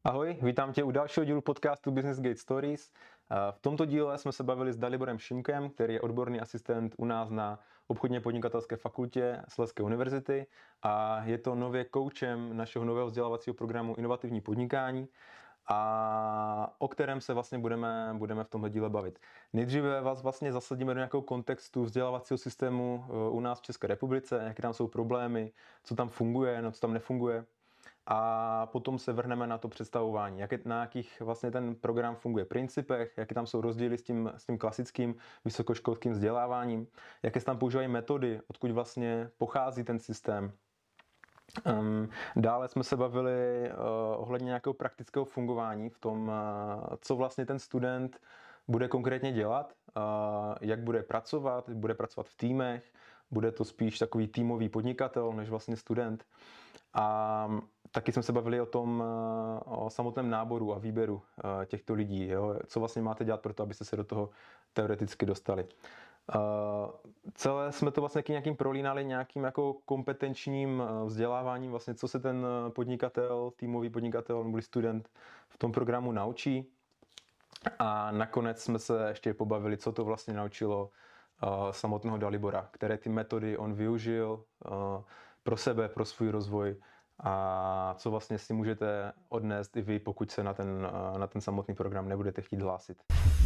Ahoj, vítám tě u dalšího dílu podcastu Business Gate Stories. V tomto díle jsme se bavili s Daliborem Šimkem, který je odborný asistent u nás na obchodně podnikatelské fakultě Slezské univerzity a je to nově koučem našeho nového vzdělávacího programu Inovativní podnikání, a o kterém se vlastně budeme v tomhle díle bavit. Nejdříve vás vlastně zasadíme do nějakého kontextu vzdělávacího systému u nás v České republice, jaké tam jsou problémy, co tam funguje, co tam nefunguje. A potom se vrhneme na to představování, na jakých vlastně ten program funguje principech, jaké tam jsou rozdíly s tím klasickým vysokoškolským vzděláváním, jaké se tam používají metody, odkud vlastně pochází ten systém. Dále jsme se bavili ohledně nějakého praktického fungování v tom, co vlastně ten student bude konkrétně dělat, jak bude pracovat v týmech, bude to spíš takový týmový podnikatel než vlastně student. A taky jsme se bavili o samotném náboru a výběru těchto lidí, jo? Co vlastně máte dělat pro to, abyste se do toho teoreticky dostali. Celé jsme to vlastně nějakým prolínali nějakým jako kompetenčním vzděláváním, vlastně co se ten podnikatel, týmový podnikatel nebo student v tom programu naučí. A nakonec jsme se ještě pobavili, co to vlastně naučilo samotného Dalibora, které ty metody on využil pro sebe, pro svůj rozvoj a co vlastně si můžete odnést i vy, pokud se na ten samotný program nebudete chtít hlásit.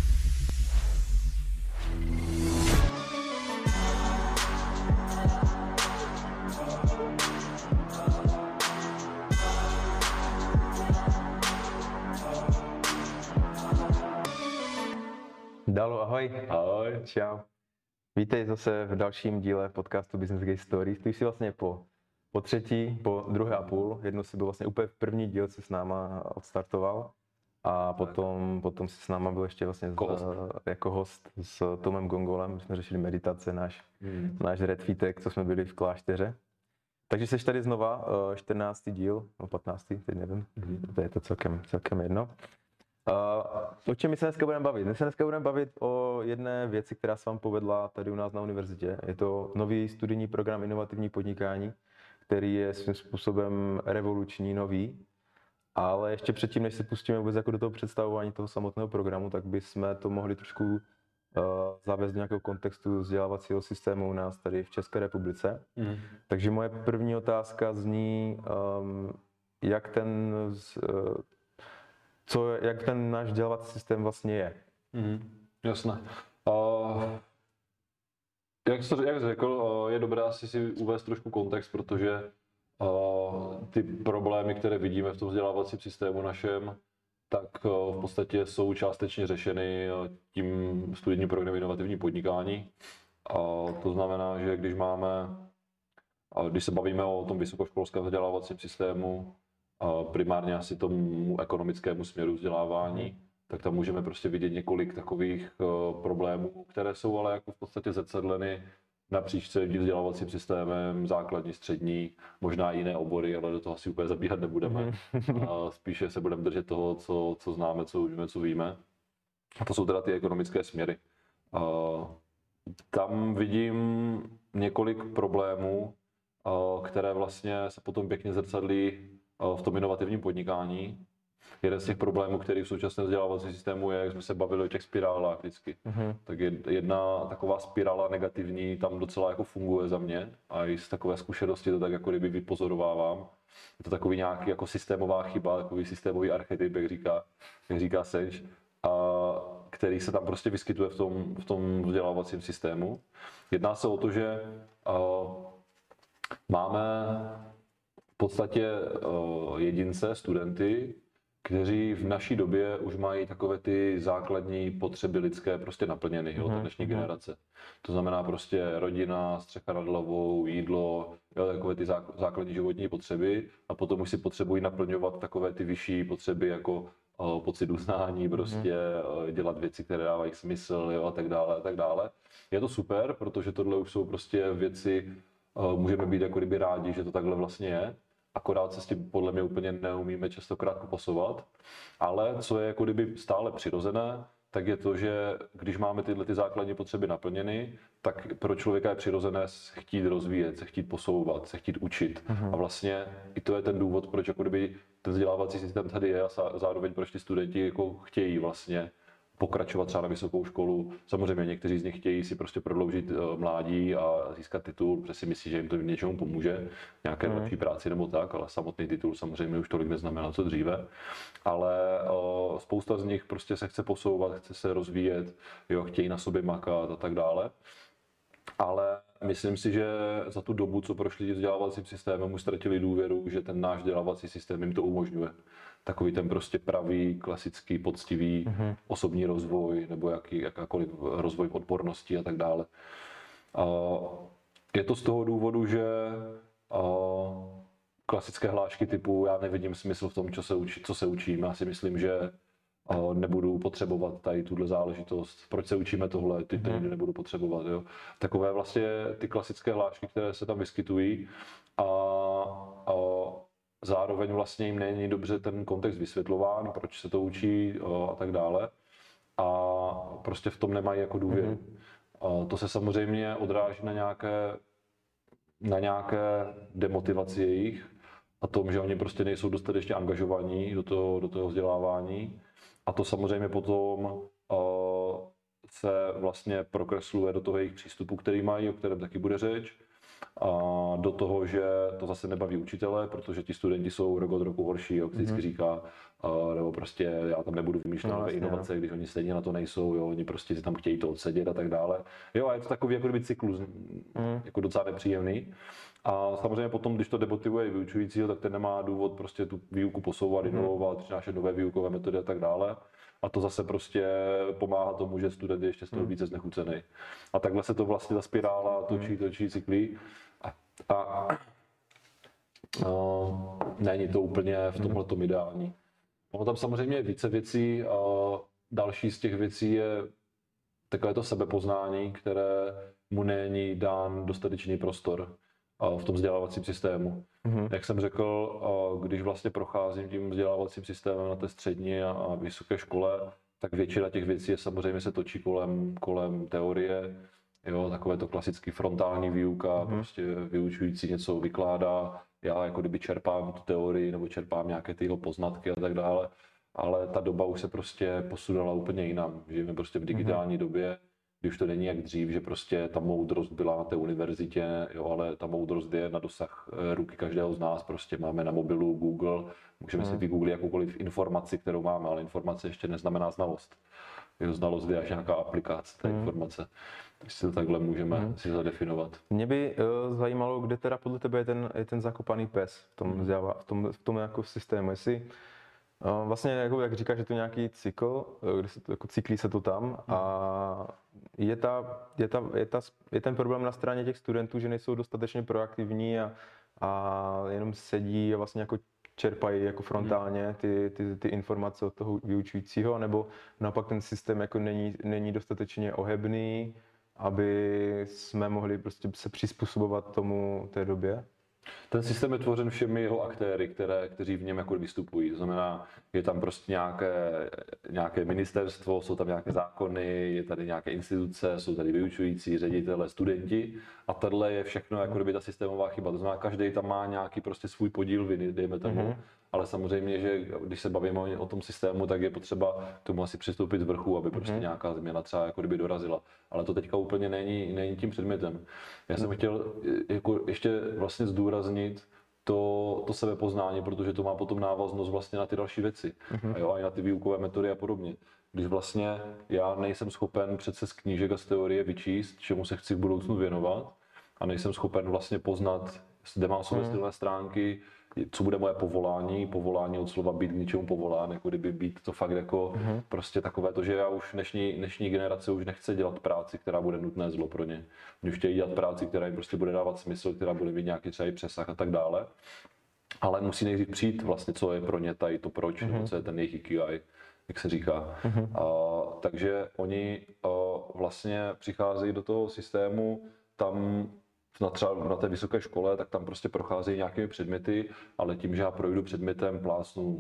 Dalo, ahoj. Ahoj. Čau. Vítej zase v dalším díle podcastu Business Gate Stories. Ty jsi vlastně po třetí, po druhé a půl. Jednou si byl vlastně úplně v první díl, si s náma odstartoval. A potom si s náma byl ještě vlastně jako host s Tomem Gongolem. My jsme řešili meditace, náš retreatek, co jsme byli v klášteře. Takže jsi tady znova, 14. díl, no 15. teď nevím, to je to celkem jedno. O čem my se dneska budeme bavit? My se dneska budeme bavit o jedné věci, která se vám povedla tady u nás na univerzitě. Je to nový studijní program Inovativní podnikání, který je svým způsobem revoluční, nový. Ale ještě předtím, než se pustíme vůbec jako do toho představování toho samotného programu, tak bychom to mohli trošku zavést do nějakého kontextu vzdělávacího systému u nás tady v České republice. Takže moje první otázka zní, jak ten náš vzdělávací systém vlastně je. Jasné. Jak jsi řekl, je dobré asi si uvést trošku kontext, protože ty problémy, které vidíme v tom vzdělávacím systému našem, tak v podstatě jsou částečně řešeny tím studijním programem Inovativní podnikání. To znamená, že když se bavíme o tom vysokoškolském vzdělávacím systému, primárně asi tomu ekonomickému směru vzdělávání, tak tam můžeme prostě vidět několik takových problémů, které jsou ale jako v podstatě zrcadleny napříč celým vzdělávacím systémem, základní, střední, možná jiné obory, ale do toho asi úplně zabíhat nebudeme. Spíše se budeme držet toho, co známe, co víme. A to jsou teda ty ekonomické směry. Tam vidím několik problémů, které vlastně se potom pěkně zrcadlí v tom inovativním podnikání. Jeden z těch problémů, který v současném vzdělávacím systému je, jak jsme se bavili o těch spirálách vždycky. Tak jedna taková spirála negativní tam docela jako funguje za mě a i z takové zkušenosti to tak jako kdyby vypozorovávám. Je to takový nějaký jako systémová chyba, takový systémový archetyp, jak říká Senč, který se tam prostě vyskytuje v tom vzdělávacím systému. Jedná se o to, že máme v podstatě jedince, studenty, kteří v naší době už mají takové ty základní potřeby lidské prostě naplněny, té dnešní generace. To znamená prostě rodina, střecha nad hlavou, jídlo, takové ty základní životní potřeby a potom už si potřebují naplňovat takové ty vyšší potřeby jako pocit uznání, prostě dělat věci, které dávají smysl, a tak dále a tak dále. Je to super, protože tohle už jsou prostě věci, můžeme být jako kdyby rádi, že to takhle vlastně je. Akorát se s tím podle mě úplně neumíme častokrát popasovat, ale co je jako kdyby stále přirozené, tak je to, že když máme tyhle ty základní potřeby naplněny, tak pro člověka je přirozené chtít rozvíjet, se chtít posouvat, se chtít učit. A vlastně i to je ten důvod, proč jako kdyby ten vzdělávací systém tady je a zároveň proč ty studenti jako chtějí vlastně pokračovat třeba na vysokou školu. Samozřejmě někteří z nich chtějí si prostě prodloužit mládí a získat titul, protože si myslí, že jim to něčemu pomůže, nějaké lepší práci nebo tak, ale samotný titul samozřejmě už tolik neznamená, co dříve. Ale spousta z nich prostě se chce posouvat, chce se rozvíjet, jo, chtějí na sobě makat a tak dále. Ale myslím si, že za tu dobu, co prošli vzdělávacím systémem, už ztratili důvěru, že ten náš vzdělávací systém jim to umožňuje. Takový ten prostě pravý, klasický, poctivý osobní rozvoj nebo jakákoliv rozvoj v odbornosti a tak dále. Je to z toho důvodu, že klasické hlášky typu já nevidím smysl v tom, co se učím. Já si myslím, že nebudu potřebovat tady tuhle záležitost, proč se učíme tohle, ty nikdy nebudu potřebovat. Jo. Takové vlastně ty klasické hlášky, které se tam vyskytují a zároveň vlastně jim není dobře ten kontext vysvětlován, proč se to učí a tak dále. A prostě v tom nemají jako důvěru. To se samozřejmě odráží na nějaké demotivaci jejich a tom, že oni prostě nejsou dostatečně angažovaní do toho vzdělávání. A to samozřejmě potom se vlastně prokresluje do toho jejich přístupu, který mají, o kterém taky bude řeč. A do toho, že to zase nebaví učitele, protože ti studenti jsou rok od roku horší, jak vždycky říká, nebo prostě já tam nebudu vymýšlet nové inovace, když oni stejně na to nejsou, jo, oni prostě si tam chtějí to odsedět a tak dále. Jo, a je to takový jako kdyby cyklus, jako docela nepříjemný. A samozřejmě potom, když to demotivuje i vyučujícího, tak ten nemá důvod prostě tu výuku posouvat, inovovat, přinášet nové výukové metody a tak dále. A to zase prostě pomáhá tomu, že student je ještě z toho více znechucený. A takhle se to vlastně ta spirála točí cyklí. Není to úplně v tomhletom ideální. Ono tam samozřejmě je více věcí. Další z těch věcí je takové to sebepoznání, které mu není dán dostatečný prostor v tom vzdělávacím systému. Jak jsem řekl, když vlastně procházím tím vzdělávacím systémem na té střední a vysoké škole, tak většina těch věcí samozřejmě se točí kolem teorie, jo, takové to klasický frontální výuka, prostě vyučující něco vykládá, já jako kdyby čerpám tu teorii nebo čerpám nějaké tyhle poznatky a tak dále, ale ta doba už se prostě posunula úplně jinam. Žijeme prostě v digitální době, kdy už to není jak dřív, že prostě ta moudrost byla na té univerzitě, jo, ale ta moudrost je na dosah ruky každého z nás, prostě máme na mobilu Google, můžeme si vygooglit jakoukoliv informaci, kterou máme, ale informace ještě neznamená znalost. Jo, znalost je až nějaká aplikace té informace. Takže si to takhle můžeme si zadefinovat. Mě by zajímalo, kde teda podle tebe je ten zakopaný pes v tom jako systému, jestli vlastně, jako jak říkáš, že to je nějaký cykl, kde se to, jako cyklí se to tam a je ten problém na straně těch studentů, že nejsou dostatečně proaktivní a jenom sedí a vlastně jako čerpají jako frontálně ty informace od toho vyučujícího, nebo naopak ten systém jako není dostatečně ohebný, aby jsme mohli prostě se přizpůsobovat tomu té době? Ten systém je tvořen všemi jeho aktéry, kteří v něm jako vystupují. To znamená, je tam prostě nějaké ministerstvo, jsou tam nějaké zákony, je tady nějaké instituce, jsou tady vyučující, ředitelé, studenti a tohle je všechno jako kdyby ta systémová chyba. To znamená, každý tam má nějaký prostě svůj podíl viny, dejme tomu. Ale samozřejmě, že když se bavíme o tom systému, tak je potřeba k tomu asi přistoupit z vrchu, aby prostě nějaká změna třeba jako kdyby dorazila. Ale to teďka úplně není tím předmětem. Já jsem chtěl jako ještě vlastně zdůraznit to sebepoznání, protože to má potom návaznost vlastně na ty další věci. A jo, i na ty výukové metody a podobně. Když vlastně já nejsem schopen přece z knížek a z teorie vyčíst, čemu se chci v budoucnu věnovat, a nejsem schopen vlastně poznat, kde mám své silné stránky, co bude moje povolání od slova být k něčemu povolán, jako kdyby být to fakt jako prostě takové to, že já už dnešní generace už nechce dělat práci, která bude nutné zlo pro ně. Oni už chtějí dělat práci, která jim prostě bude dávat smysl, která bude mít nějaký třeba i přesah a tak dále. Ale musí nejdřív přijít vlastně, co je pro ně tady to proč, nebo co je ten jejich ikigai, jak se říká. Takže oni vlastně přicházejí do toho systému, tam třeba na té vysoké škole, tak tam prostě procházejí nějakými předměty, ale tím, že já projdu předmětem, plásnu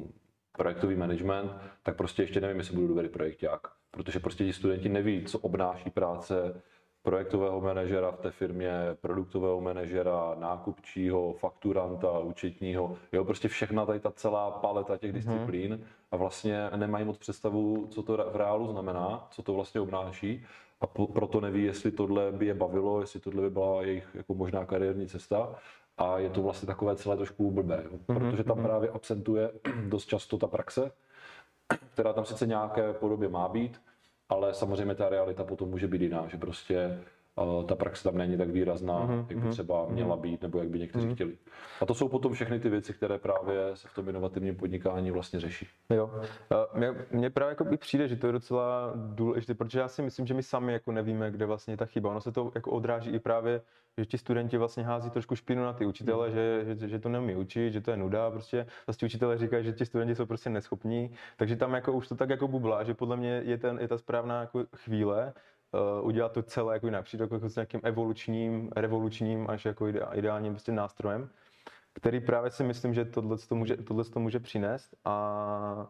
projektový management, tak prostě ještě nevím, jestli budu dobrý projekták. Protože prostě ti studenti neví, co obnáší práce projektového manažera v té firmě, produktového manažera, nákupčího, fakturanta, účetního, jo, prostě všechna tady ta celá paleta těch disciplín a vlastně nemají moc představu, co to v reálu znamená, co to vlastně obnáší a proto neví, jestli tohle by je bavilo, jestli tohle by byla jejich jako možná kariérní cesta a je to vlastně takové celé trošku blbé, jo, protože tam právě absentuje dost často ta praxe, která tam sice nějaké podobě má být, ale samozřejmě ta realita potom může být jiná, že prostě ta praxe tam není tak výrazná, jak by třeba měla být, nebo jak by někteří chtěli. A to jsou potom všechny ty věci, které právě se v tom inovativním podnikání vlastně řeší. Jo. Mně právě jako přijde, že to je docela důležité, protože já si myslím, že my sami jako nevíme, kde vlastně je ta chyba. Ono se to jako odráží i právě, že ti studenti vlastně hází trošku špínu na ty učitele, že to neumí učit, že to je nuda, prostě vlastně učitelé říkají, že ti studenti jsou prostě neschopní, takže tam jako už to tak jako bublá, že podle mě je ta správná jako chvíle udělat to celé jako jinak, přijde jako s nějakým revolučním až jako ideálním prostě nástrojem, který právě si myslím, že tohle může přinést a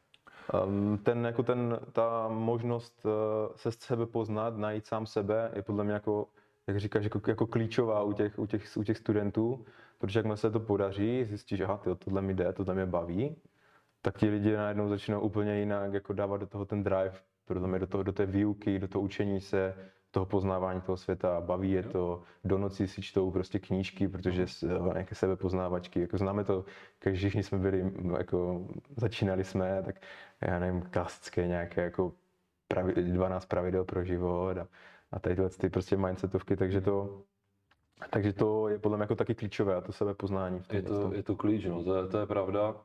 ta možnost se z sebe poznat, najít sám sebe je podle mě jako, jak říkáš, jako klíčová u těch studentů, protože jakmile se to podaří, zjistíš, že tohle mi jde, tohle mě baví, tak ti lidi najednou začnou úplně jinak jako dávat do toho ten drive, podle mě do té výuky, do toho učení se, toho poznávání toho světa, baví je to, do noci si čtou prostě knížky, protože nějaké sebepoznávačky, jako známe to, když všichni jsme byli, jako začínali jsme, tak já nevím, klasické nějaké jako 12 pravidel pro život a tady ty prostě mindsetovky, takže to je podle mě jako taky klíčové a to sebepoznání. Je to klíč, no, to je pravda.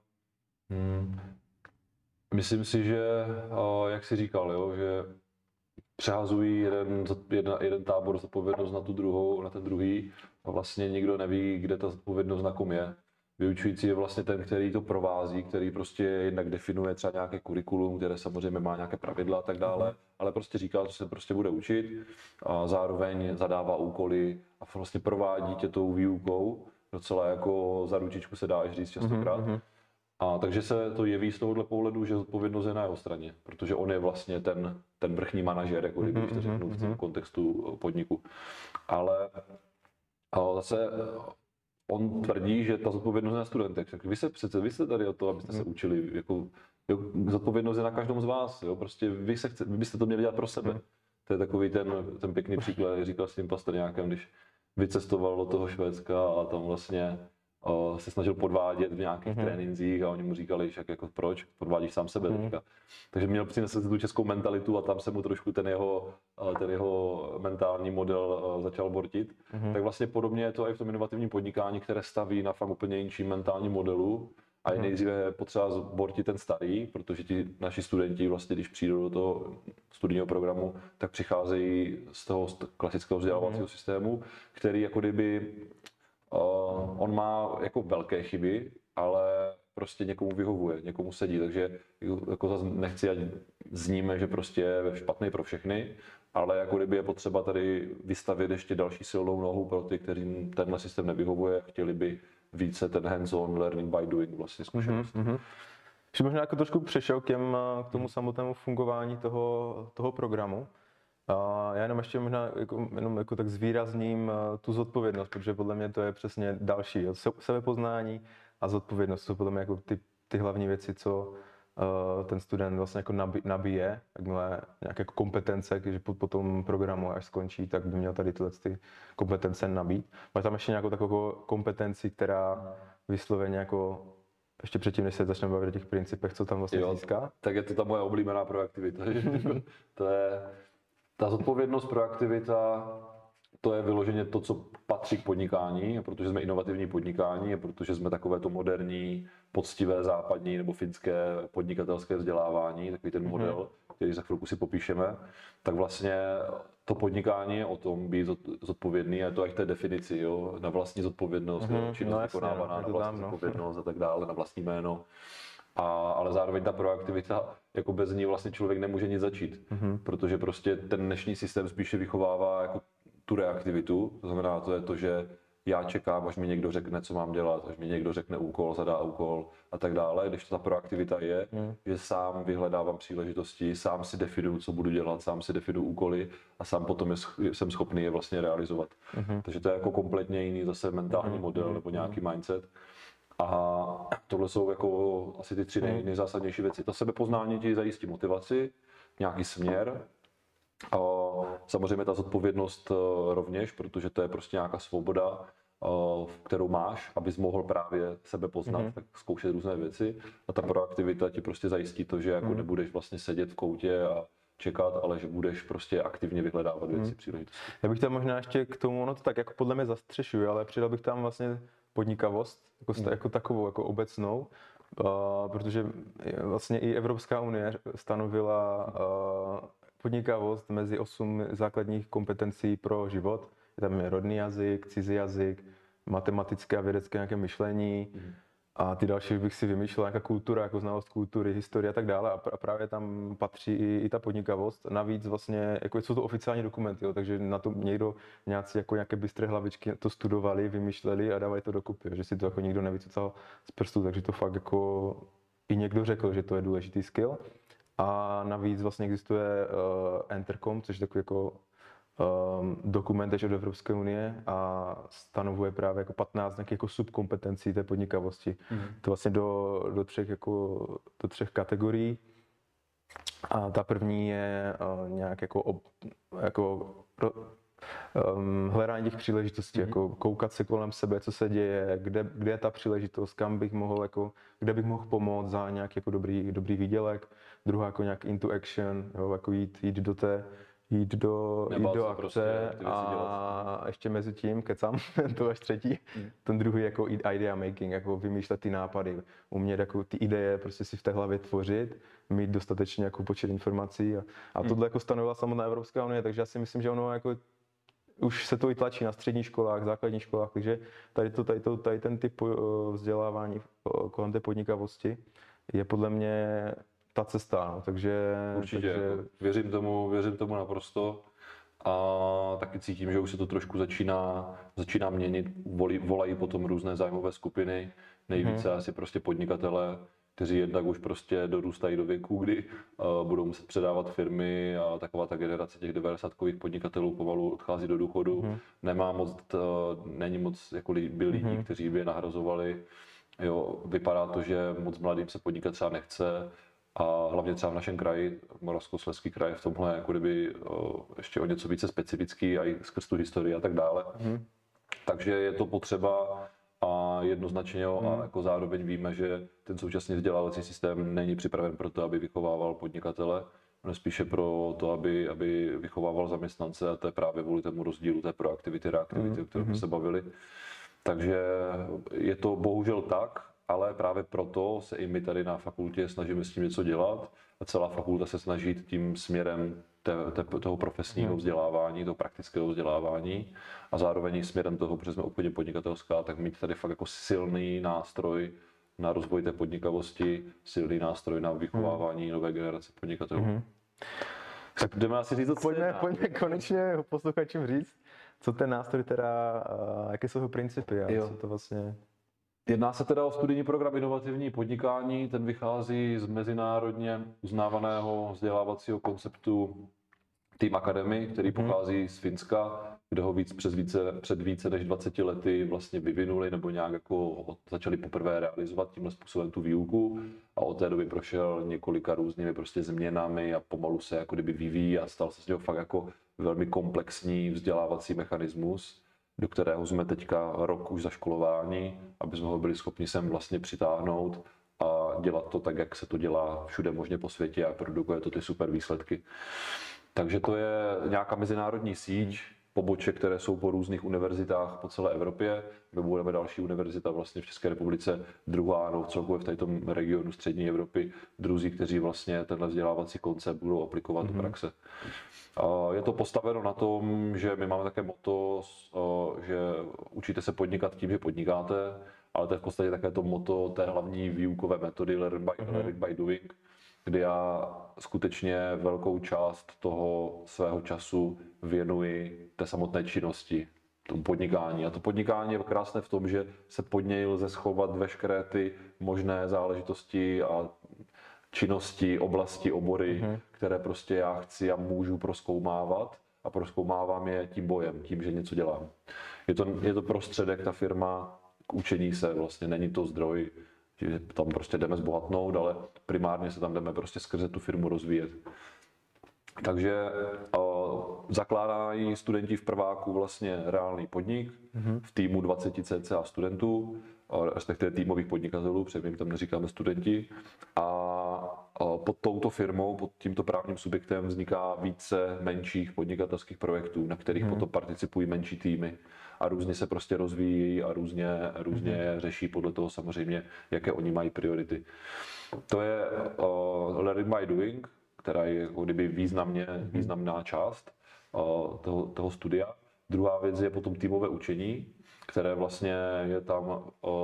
Myslím si, že, jak jsi říkal, jo, že přehazují jeden tábor zodpovědnost na ten druhý a vlastně nikdo neví, kde ta zodpovědnost na kom je. Vyučující je vlastně ten, který to provází, který prostě jednak definuje třeba nějaké kurikulum, které samozřejmě má nějaké pravidla a tak dále, ale prostě říká, co se prostě bude učit a zároveň zadává úkoly a vlastně provádí tě tou výukou, docela jako za ručičku se dá až říct častokrát. A takže se to jeví z tohohle pohledu, že zodpovědnost je na jeho straně, protože on je vlastně ten vrchní manažer, jako kdybych to řeknu v tom kontextu podniku. Ale zase on tvrdí, že ta zodpovědnost je na studentech. Tak vy jste tady o to, abyste se učili. Jako, zodpovědnost je na každém z vás. Jo? Prostě vy byste to měli dělat pro sebe. To je takový ten pěkný příklad, říkal s tím Pastrňákem, když vycestoval do toho Švédska a tam vlastně se snažil podvádět v nějakých trénincích a oni mu říkali, že jako proč, podvádíš sám sebe teďka. Takže měl přinést tu českou mentalitu a tam se mu trošku ten jeho mentální model začal bortit. Tak vlastně podobně je to i v tom inovativním podnikání, které staví na fakt úplně jinčím mentálním modelu a je nejdříve potřeba bortit ten starý, protože ti naši studenti vlastně, když přijdou do toho studijního programu, tak přicházejí z toho klasického vzdělávacího systému, který jako kdyby on má jako velké chyby, ale prostě někomu vyhovuje, někomu sedí, takže jako zase nechci, ať zníme, že prostě je špatný pro všechny, ale jako kdyby je potřeba tady vystavit ještě další silnou nohu pro ty, kterým tenhle systém nevyhovuje, chtěli by více ten hands-on learning by doing vlastně zkušenost. Že možná jako trošku přešel k tomu samotnému fungování toho programu. Já jenom ještě možná jako tak zvýrazním tu zodpovědnost, protože podle mě to je přesně další. Sebepoznání a zodpovědnost jsou podle mě jako ty hlavní věci, co ten student vlastně jako nabije, jakmile nějaké kompetence, když po tom programu až skončí, tak by měl tady tyhle kompetence nabít. Máš tam ještě nějakou takovou kompetenci, která vysloveně jako ještě předtím, než se začneme bavit o těch principech, co tam vlastně získá? Tak je to ta moje oblíbená proaktivita. To je ta zodpovědnost, proaktivita, to je vyloženě to, co patří k podnikání, a protože jsme inovativní podnikání, a protože jsme takové to moderní, poctivé západní nebo finské podnikatelské vzdělávání, takový ten model, který za chvilku si popíšeme, tak vlastně to podnikání je o tom být zodpovědný a je to i v té definici, jo, na vlastní zodpovědnost, činnost vykonávaná na vlastní zodpovědnost a tak dále, na vlastní jméno. Ale zároveň ta proaktivita, jako bez ní vlastně člověk nemůže nic začít, protože prostě ten dnešní systém spíše vychovává jako tu reaktivitu, to znamená, to je to, že já čekám, až mi někdo řekne, co mám dělat, až mi někdo řekne úkol, zadá úkol a tak dále, když ta proaktivita je, že sám vyhledávám příležitosti, sám si definuju, co budu dělat, sám si definuju úkoly a sám potom jsem schopný je vlastně realizovat. Takže to je jako kompletně jiný zase mentální model nebo nějaký mindset. A tohle jsou jako asi ty 3 nejzásadnější věci. To sebepoznání ti zajistí motivaci, nějaký směr. A samozřejmě ta zodpovědnost rovněž, protože to je prostě nějaká svoboda, kterou máš, abys mohl právě sebe poznat, tak zkoušet různé věci. A ta proaktivita ti prostě zajistí to, že jako nebudeš vlastně sedět v koutě a čekat, ale že budeš prostě aktivně vyhledávat věci, příležitosti. Já bych tam možná ještě k tomu, ono to tak jako podle mě zastřešuje, ale přidal bych tam vlastně podnikavost, jako takovou, jako obecnou, protože vlastně i Evropská unie stanovila podnikavost mezi 8 základních kompetencí pro život. Je tam rodný jazyk, cizí jazyk, matematické a vědecké nějaké myšlení a ty další bych si vymýšlel, nějaká kultura, jako znalost kultury, historie a tak dále a právě tam patří i ta podnikavost. Navíc vlastně, jako jsou to oficiální dokumenty, jo, takže na to nějací jako nějaké bystré hlavičky to studovali, vymýšleli a dávali to dokupy, že si to jako nikdo nevycucal z prstů, takže to fakt jako i někdo řekl, že to je důležitý skill. A navíc vlastně existuje Entercom, což je takový jako dokument od Evropské unie a stanovuje právě jako 15 nějakých jako subkompetencí té podnikavosti. To vlastně do 3 kategorií. A ta první je nějak hledání těch příležitostí, jako koukat se kolem sebe, co se děje, kde je ta příležitost, kam bych mohl, jako, kde bych mohl pomoct za nějaký jako dobrý výdělek. Druhá jako nějak into action, jo, jako jít do akce prostě a ještě mezi tím kecám, to až třetí. Ten druhý jako idea making, jako vymýšlet ty nápady, umět jako ty ideje prostě si v té hlavě tvořit, mít dostatečně jako počet informací a tohle jako stanovila samotná Evropská unie, takže já si myslím, že ono jako už se to i tlačí na středních školách, základních školách, takže tady ten typ vzdělávání kolem té podnikavosti je podle mě ta cesta, no, takže... Určitě, jako věřím tomu naprosto a taky cítím, že už se to trošku začíná měnit, volají potom různé zájmové skupiny, nejvíce asi prostě podnikatele, kteří jednak už prostě dorůstají do věku, kdy budou muset předávat firmy a taková ta generace těch 90kových podnikatelů pomalu odchází do důchodu. Není moc jako lidí, kteří by je nahrazovali. Jo, vypadá to, že moc mladým se podnikat třeba nechce a hlavně třeba v našem kraji, Moravskoslezský kraj, v tomhle jako kdyby ještě o něco více specifický a i skrz tu historii a tak dále. Takže je to potřeba a jednoznačně a jako zároveň víme, že ten současný vzdělávací systém není připraven pro to, aby vychovával podnikatele, ale spíše pro to, aby vychovával zaměstnance a to je právě kvůli tomu rozdílu té proaktivity, reaktivity, o kterém jsme se bavili. Takže je to bohužel tak, ale právě proto se i my tady na fakultě snažíme s tím něco dělat a celá fakulta se snaží tím směrem toho profesního vzdělávání, toho praktického vzdělávání a zároveň i směrem toho, protože jsme úplně podnikatelská, tak mít tady fakt jako silný nástroj na rozvoj té podnikavosti, silný nástroj na vychovávání nové generace podnikatelů. Tak jdeme asi říct Pojďme konečně posluchačům říct, co ten nástroj teda, jaké jsou jeho principy a co to vlastně... Jedná se teda o studijní program Inovativní podnikání, ten vychází z mezinárodně uznávaného vzdělávacího konceptu Team Academy, který pochází z Finska, kde ho před více než 20 lety vlastně vyvinuli nebo nějak jako začali poprvé realizovat tímhle způsobem tu výuku a od té doby prošel několika různými prostě změnami a pomalu se jako kdyby vyvíjí a stal se z něho fakt jako velmi komplexní vzdělávací mechanismus, do kterého jsme teďka rok už zaškolování, aby jsme ho byli schopni sem vlastně přitáhnout a dělat to tak, jak se to dělá všude možně po světě a produkuje to ty super výsledky. Takže to je nějaká mezinárodní síť poboček, které jsou po různých univerzitách po celé Evropě. My budeme další univerzita vlastně v České republice, druhá no, celkově v této regionu střední Evropy, druzí, kteří vlastně tenhle vzdělávací koncept budou aplikovat do praxe. Je to postaveno na tom, že my máme také motto, že učíte se podnikat tím, že podnikáte, ale to je v podstatě také to motto té hlavní výukové metody learning by doing, kdy já skutečně velkou část toho svého času věnuji té samotné činnosti. tomu podnikání. A to podnikání je krásné v tom, že se pod něj lze schovat veškeré ty možné záležitosti a činnosti, oblasti, obory, které prostě já chci a můžu prozkoumávat a prozkoumávám je tím bojem, tím, že něco dělám. Je to prostředek, ta firma k učení se, vlastně není to zdroj, že tam prostě jdeme zbohatnout, ale primárně se tam jdeme prostě skrze tu firmu rozvíjet. Takže zakládají studenti v prváku vlastně reálný podnik v týmu 20 cca studentů, respektive týmových podnikatelů, protože my tam neříkáme studenti. A pod touto firmou, pod tímto právním subjektem vzniká více menších podnikatelských projektů, na kterých potom participují menší týmy a různě se prostě rozvíjí a různě řeší podle toho samozřejmě, jaké oni mají priority. To je Learning by Doing, která je jako kdyby významná část toho studia. Druhá věc je potom týmové učení, které vlastně je tam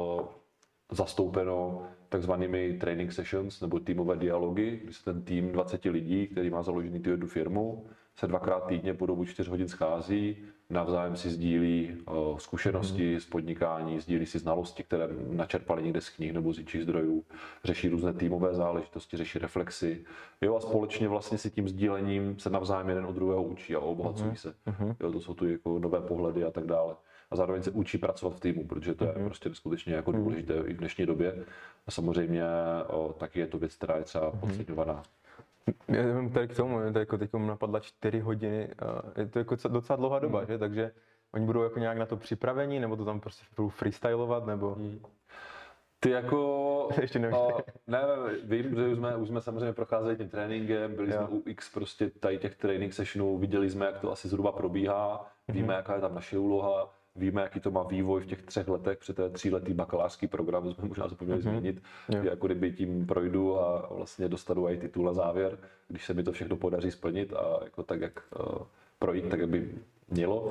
zastoupeno takzvanými training sessions nebo týmové dialogy, kdy se ten tým 20 lidí, který má založený tu jednu firmu, se 2x týdně po dobu 4 hodin schází, navzájem si sdílí zkušenosti z podnikání, sdílí si znalosti, které načerpali někde z knih nebo z jiných zdrojů, řeší různé týmové záležitosti, řeší reflexy. Jo, a společně vlastně si tím sdílením se navzájem jeden od druhého učí a obohacují se. Jo, to jsou tu jako nové pohledy a tak dále. A zároveň se učí pracovat v týmu, protože to je prostě skutečně jako důležité i v dnešní době. A samozřejmě taky je to věc, která je třeba podceňovaná. Já mám tady k tomu, to jako teď napadla 4 hodiny, je to jako docela dlouhá doba, že? Takže oni budou jako nějak na to připraveni, nebo to tam prostě budou freestylovat, nebo... Ty jako... Ještě nevíš. Ne, vím, že už jsme samozřejmě procházeli tím tréninkem, byli jsme u X prostě tady těch training sessionů, viděli jsme, jak to asi zhruba probíhá, víme, jaká je tam naše úloha, víme, jaký to má vývoj v těch 3 letech, protože to je 3letý bakalářský program, to jsme možná zapomněli zmínit, že jako kdyby tím projdu a vlastně dostanu i titul na závěr, když se mi to všechno podaří splnit a jako tak, jak projít, tak jak by mělo.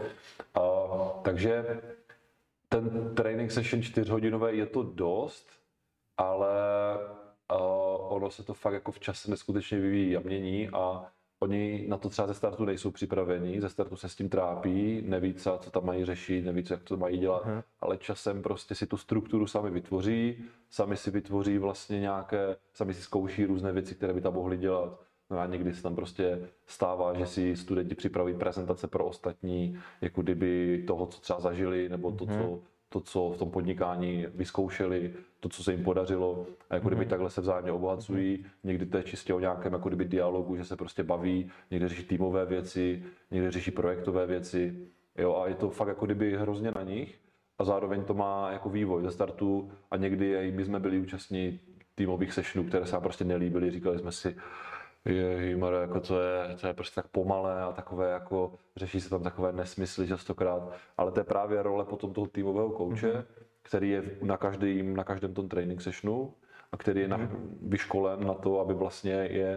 Takže ten training session 4hodinové je to dost, ale ono se to fakt jako v čase neskutečně vyvíjí a mění a oni na to třeba ze startu nejsou připraveni, ze startu se s tím trápí, neví, co tam mají řešit, neví, jak to mají dělat, ale časem prostě si tu strukturu sami vytvoří, sami si vytvoří vlastně sami si zkouší různé věci, které by tam mohli dělat. No a někdy se tam prostě stává, že si studenti připraví prezentace pro ostatní, jako kdyby toho, co třeba zažili, nebo to, co v tom podnikání vyzkoušeli, to, co se jim podařilo, a jako kdyby takhle se vzájemně obohacují. Někdy to je čistě o nějakém jako kdyby dialogu, že se prostě baví, někdy řeší týmové věci, někdy řeší projektové věci. Jo, a je to fakt jako kdyby hrozně na nich a zároveň to má jako vývoj ze startu a někdy i my jsme byli účastní týmových sessionů, které se nám prostě nelíbily, říkali jsme si, Ježímare, jako to je prostě tak pomalé a takové jako, řeší se tam takové nesmysly častokrát, ale to je právě role potom toho týmového kouče, který je na každém tom training sessionu a který je vyškolen na to, aby vlastně je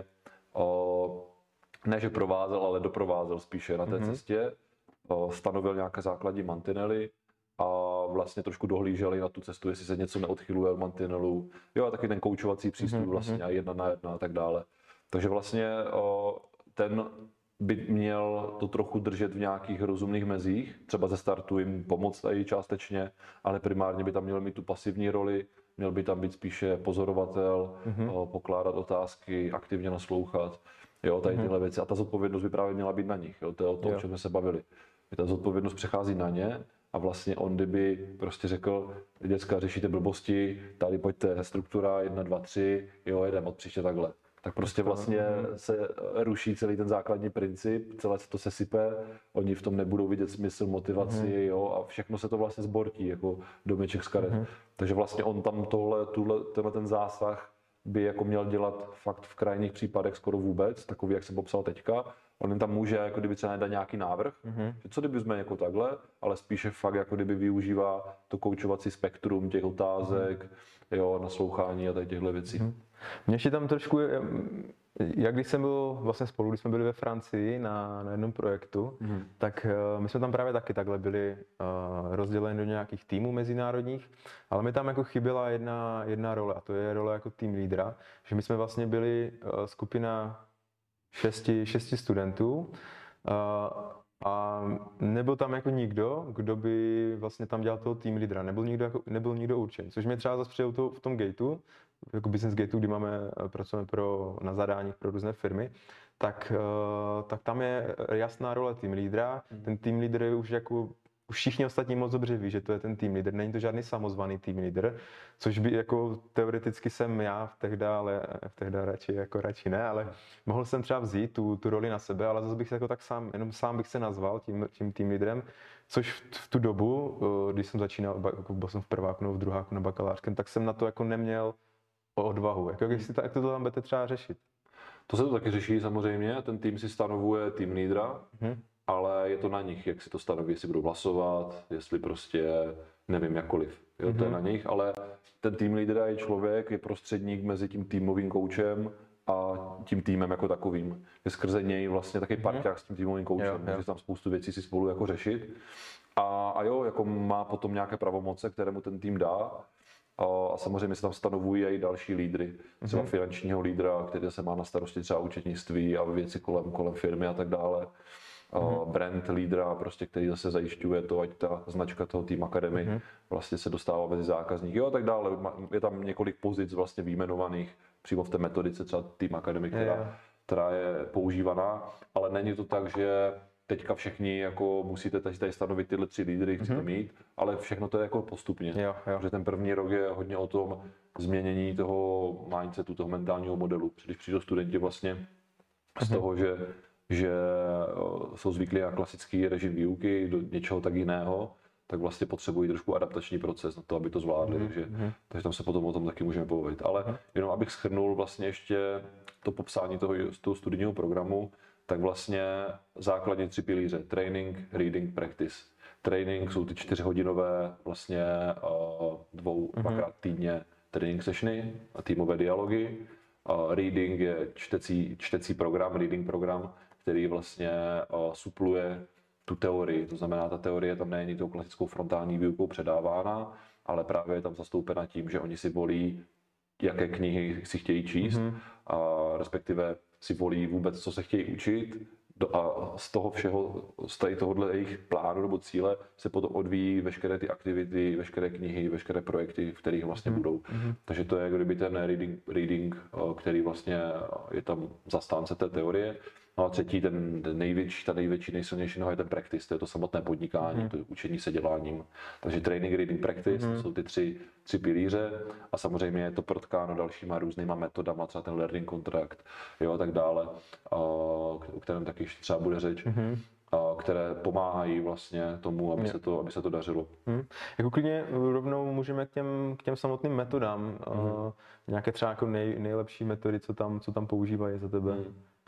ne že provázel, ale doprovázel spíše na té cestě, stanovil nějaké základní mantinely a vlastně trošku dohlíželi na tu cestu, jestli se něco neodchyluje od mantinelů. Jo, a taky ten koučovací přístup vlastně a 1 na 1 a tak dále. Takže vlastně ten by měl to trochu držet v nějakých rozumných mezích, třeba ze startu jim pomoct i částečně, ale primárně by tam měl mít tu pasivní roli, měl by tam být spíše pozorovatel, pokládat otázky, aktivně naslouchat, jo, tady tyhle věci. A ta zodpovědnost by právě měla být na nich, jo, to je o tom, o čem jsme se bavili. Ta zodpovědnost přechází na ně a vlastně on kdyby prostě řekl, děcka, řešíte blbosti, tady pojďte, struktura 1, 2, 3, jo, jedem od příště takhle. Tak prostě vlastně se ruší celý ten základní princip, celé se to sesype, oni v tom nebudou vidět smysl, motivaci, jo, a všechno se to vlastně zbortí, jako domeček z karet. Takže vlastně on tam tenhle ten zásah by jako měl dělat fakt v krajních případech skoro vůbec, takový, jak jsem popsal teďka. On jim tam může jako kdyby třeba dát nějaký návrh, že co kdyby jsme jako takhle, ale spíše fakt jako kdyby využívá to koučovací spektrum těch otázek, jo, naslouchání a tady těchto věcí. Mě ještě tam trošku, jak když jsem byl vlastně spolu, když jsme byli ve Francii na jednom projektu, tak my jsme tam právě taky takhle byli rozděleni do nějakých týmů mezinárodních, ale mi tam jako chyběla jedna role a to je role jako tým lídra, že my jsme vlastně byli skupina 6 studentů A nebyl tam jako nikdo, kdo by vlastně tam dělal toho team leadera, nebyl nikdo určen, což mě třeba zase přijde v tom gateu, jako business gateu, kdy pracujeme na zadáních pro různé firmy, tak tam je jasná role team leadera, ten team leader je už jako všichni ostatní moc dobře ví, že to je ten team leader, není to žádný samozvaný team leader, což by jako teoreticky jsem já v tehda radši ne, ale mohl jsem třeba vzít tu roli na sebe, ale zase bych se jako tak sám bych se nazval tím team leaderem, což v tu dobu, když jsem začínal, jako byl jsem v prváku nebo v druháku na bakalářském, tak jsem na to jako neměl odvahu. Jak to tam budete třeba řešit? To se to taky řeší samozřejmě, ten tým si stanovuje tým lídra, ale je to na nich, jak si to stanoví, jestli budou hlasovat, jestli prostě nevím, jakkoliv. Jo, to je na nich, ale ten tým lídra je člověk, je prostředník mezi tím týmovým koučem a tím týmem jako takovým. Je skrze něj vlastně taky parťák s tím týmovým koučem, může tam spoustu věcí si spolu jako řešit. A jo, jako má potom nějaké pravomoce, které mu ten tým dá. A samozřejmě se tam stanovují i další lídry, třeba finančního lídra, který se má na starosti třeba účetnictví a věci kolem firmy a tak dále. Brand lídra, prostě, který zase zajišťuje to, ať ta značka toho Team Academy vlastně se dostává mezi zákazníky a tak dále. Je tam několik pozic vlastně vyjmenovaných přímo v té metodice třeba Team Academy, která je používaná, ale není to tak, že teďka všichni jako musíte tady stanovit tyhle 3 lídry, chcete mít, ale všechno to je jako postupně. Protože ten první rok je hodně o tom změnění toho mindsetu, toho mentálního modelu. Když přijdou studenti vlastně z toho, že jsou zvyklí na klasický režim výuky do něčeho tak jiného, tak vlastně potřebují trošku adaptační proces na to, aby to zvládli. Takže tam se potom o tom taky můžeme pobavit. Ale jenom abych shrnul vlastně ještě to popsání toho studijního programu, tak vlastně základní 3 pilíře, training, reading, practice. Training jsou ty 4hodinové vlastně dvakrát týdně training sessiony a týmové dialogy. Reading je čtecí program, reading program, který vlastně supluje tu teorii. To znamená, ta teorie tam není tou klasickou frontální výukou předávána, ale právě je tam zastoupena tím, že oni si volí, jaké knihy si chtějí číst, a respektive si volí vůbec, co se chtějí učit, a z toho všeho, z tohohle jejich plánu nebo cíle se potom odvíjí veškeré ty aktivity, veškeré knihy, veškeré projekty, v kterých vlastně budou. Takže to je kdyby ten reading, který vlastně je tam zastánce té teorie. No a třetí, ta největší, nejsilnější noha je ten practice, to je to samotné podnikání, to je učení se děláním. Takže training, reading, practice, to jsou ty 3 pilíře a samozřejmě je to protkáno dalšíma různýma metodama, třeba ten learning contract, jo, a tak dále, o kterém taky třeba bude řeč. Které pomáhají vlastně tomu, aby se to dařilo. Jako klidně rovnou můžeme k těm samotným metodám, nějaké třeba jako nejlepší metody, co tam používají za tebe.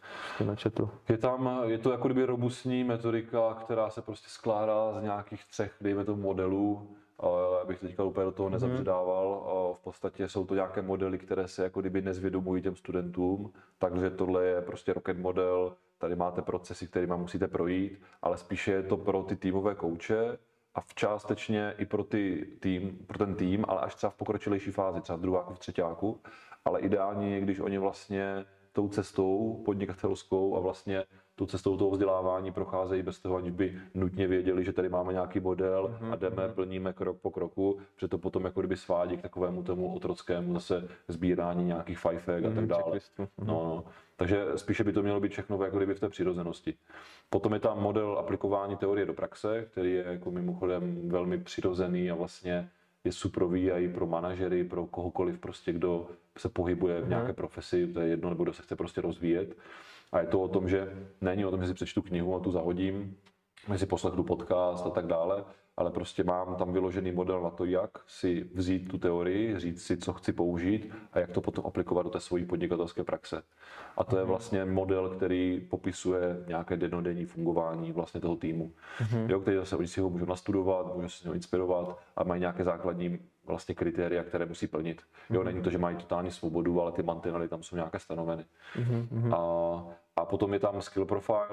Je to jako kdyby robustní metodika, která se prostě skládá z nějakých 3, dejme tomu, modelů. Já bych teďka úplně do toho nezabředával. V podstatě jsou to nějaké modely, které se jako kdyby nezvědomují těm studentům, takže tohle je prostě rocket model, tady máte procesy, kterými musíte projít, ale spíše je to pro ty týmové kouče a částečně i pro ten tým, ale až třeba v pokročilejší fázi, třeba v druháku, v třetíku, ale ideálně je, když oni vlastně tou cestou podnikatelskou a vlastně tou cestou toho vzdělávání procházejí bez toho, aniž by nutně věděli, že tady máme nějaký model a jdeme, plníme krok po kroku, že to potom jako kdyby svádí k takovému tomu otrockému zase sbírání nějakých fajfek a tak dále. No. Takže spíše by to mělo být všechno jako kdyby v té přirozenosti. Potom je tam model aplikování teorie do praxe, který je jako mimochodem velmi přirozený a vlastně je suprový i pro manažery, pro kohokoliv prostě, kdo se pohybuje v nějaké profesi, to je jedno, nebo kdo se chce prostě rozvíjet. A je to o tom, že není o tom, že si přečtu knihu a tu zahodím, že si poslechnu podcast a tak dále, ale prostě mám tam vyložený model na to, jak si vzít tu teorii, říct si, co chci použít a jak to potom aplikovat do té své podnikatelské praxe. A to je vlastně model, který popisuje nějaké dennodenní fungování vlastně toho týmu. Jo, který zase oni si ho můžou nastudovat, můžou se s něho inspirovat a mají nějaké základní vlastně kritéria, které musí plnit. Jo, není to, že mají totální svobodu, ale ty mantinely tam jsou nějaké stanoveny. A potom je tam skill profile,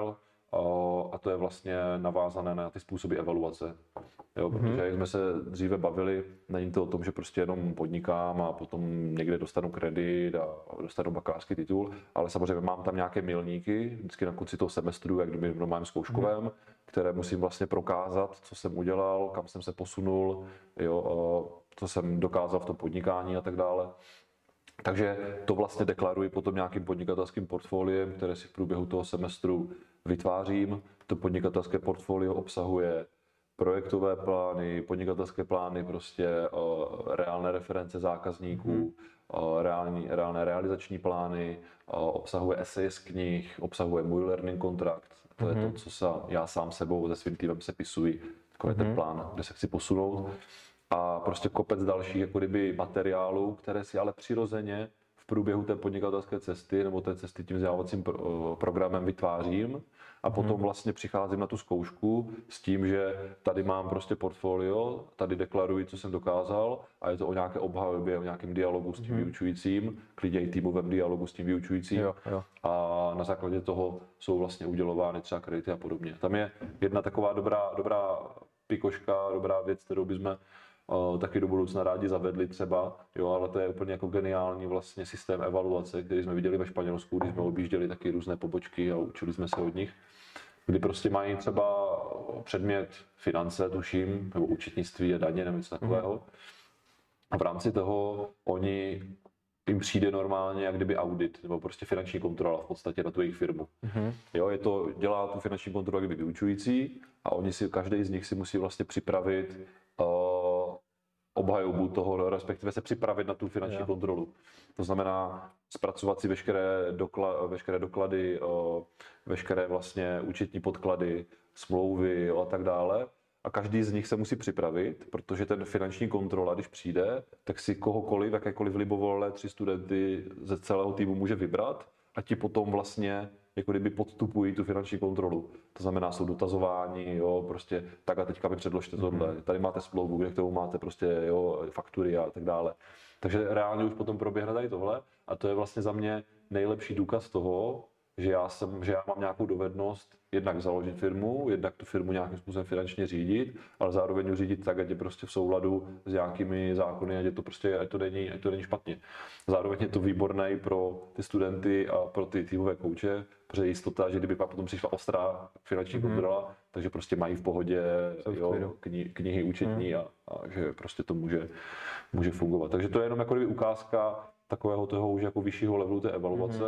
a to je vlastně navázané na ty způsoby evaluace. Jo, protože jak jsme se dříve bavili, není to o tom, že prostě jenom podnikám a potom někde dostanu kredit a dostanu bakalářský titul, ale samozřejmě mám tam nějaké milníky, vždycky na konci toho semestru, jak kdyby v normálním zkouškovém, které musím vlastně prokázat, co jsem udělal, kam jsem se posunul, jo, co jsem dokázal v tom podnikání a tak dále. Takže to vlastně deklaruji potom nějakým podnikatelským portfoliem, které si v průběhu toho semestru vytvářím. To podnikatelské portfolio obsahuje projektové plány, podnikatelské plány, prostě reálné reference zákazníků, reálné realizační plány, obsahuje eseje z knih, obsahuje můj learning kontrakt. To je to, co já sám sebou se svým týmem sepisuji. Takový ten plán, kde se chci posunout. A prostě kopec dalších jako kdyby materiálů, které si ale přirozeně v průběhu té podnikatelské cesty nebo té cesty tím vzdělávacím programem vytvářím a potom vlastně přicházím na tu zkoušku s tím, že tady mám prostě portfolio, tady deklaruji, co jsem dokázal a je to o nějaké obhajobě, o nějakém dialogu s tím vyučujícím, klidně i týmovém dialogu s tím vyučujícím a na základě toho jsou vlastně udělovány třeba kredity a podobně. Tam je jedna taková dobrá pikoška, dobrá věc, kterou bychom taky do budoucna rádi zavedli třeba, jo, ale to je úplně jako geniální vlastně systém evaluace, který jsme viděli ve Španělsku, když jsme objížděli taky různé pobočky a učili jsme se od nich, kdy prostě mají třeba předmět finance, tuším, nebo účetnictví a daně nebo něco takového. A v rámci toho jim přijde normálně jak kdyby audit, nebo prostě finanční kontrola v podstatě na tu jejich firmu. Jo, dělá tu finanční kontrolu jak kdyby vyučující a každý z nich si musí vlastně připravit obhajobu toho, respektive se připravit na tu finanční kontrolu. To znamená zpracovat si veškeré doklady, veškeré vlastně účetní podklady, smlouvy a tak dále. A každý z nich se musí připravit, protože ten finanční kontrola, když přijde, tak si kohokoliv, jakékoliv libovolné 3 studenty ze celého týmu může vybrat a ti potom vlastně jako kdyby podstupují tu finanční kontrolu. To znamená, jsou dotazováni, jo, prostě tak a teďka mi předložte tohle, tady máte smlouvu, kde k tomu máte prostě, jo, faktury a tak dále. Takže reálně už potom proběhne tady tohle a to je vlastně za mě nejlepší důkaz toho, že já mám nějakou dovednost jednak založit firmu, jednak tu firmu nějakým způsobem finančně řídit, ale zároveň ji řídit tak, ať je prostě v souladu s nějakými zákony, ať to není špatně. Zároveň je to výborné pro ty studenty a pro ty týmové kouče, protože je jistota, že kdyby pak potom přišla ostrá finanční kontrola, takže prostě mají v pohodě knihy účetní a že prostě to může fungovat. Takže to je jenom jako kdyby ukázka takového toho už jako vyššího levelu té evaluace.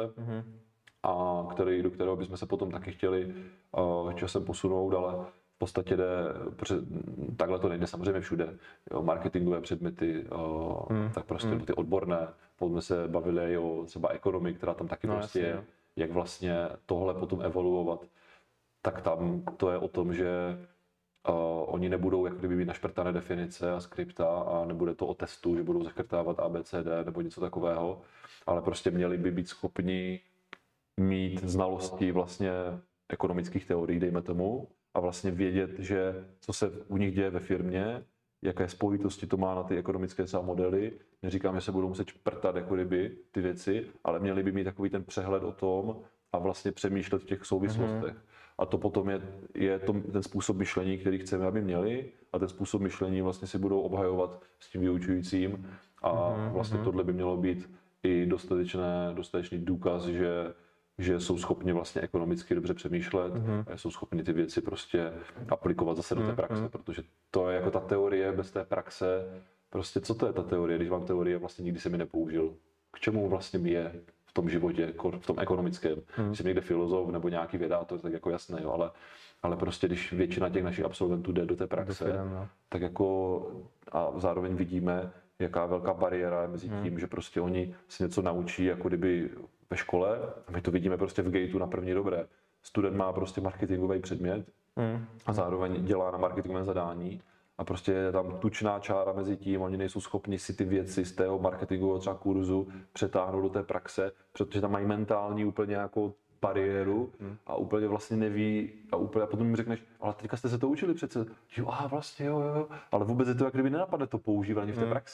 A do kterého bychom se potom taky chtěli časem posunout, ale v podstatě takhle to nejde samozřejmě všude. Jo, marketingové předměty, tak prostě ty odborné, potom se bavili o třeba ekonomii, která tam taky prostě je, jak vlastně tohle potom evaluovat, tak tam to je o tom, že oni nebudou jak kdyby mít našprtané definice a skripta a nebude to o testu, že budou zaškrtávat ABCD nebo něco takového, ale prostě měli by být schopni mít znalosti vlastně ekonomických teorií, dejme tomu, a vlastně vědět, že co se u nich děje ve firmě, jaké spojitosti to má na ty ekonomické modely. Neříkám, že se budou muset šprtat jako kdyby ty věci, ale měli by mít takový ten přehled o tom a vlastně přemýšlet v těch souvislostech. A to potom je ten způsob myšlení, který chceme, aby měli, a ten způsob myšlení vlastně si budou obhajovat s tím vyučujícím a vlastně tohle by mělo být i dostatečný důkaz, že jsou schopni vlastně ekonomicky dobře přemýšlet a jsou schopni ty věci prostě aplikovat zase do té praxe, protože to je jako ta teorie bez té praxe. Prostě co to je ta teorie, když vám teorie vlastně nikdy se mi nepoužil? K čemu vlastně mi je v tom životě, v tom ekonomickém? Když jsem někde filozof nebo nějaký vědátor, tak jako jasné, jo, ale prostě když většina těch našich absolventů jde do té praxe, tak jako a zároveň vidíme, jaká velká bariéra je mezi tím, že prostě oni si něco naučí jako kdyby ve škole, a my to vidíme prostě v gateu na první dobré. Student má prostě marketingový předmět a zároveň dělá na marketingovém zadání a prostě je tam tučná čára mezi tím, oni nejsou schopni si ty věci z tého marketingového třeba kurzu přetáhnout do té praxe, protože tam mají mentální úplně jako bariéru a úplně vlastně neví a potom jim řekneš, ale teďka jste se to učili přece, jo, vlastně jo, ale vůbec je to jak kdyby nenapadne to používání v té praxi,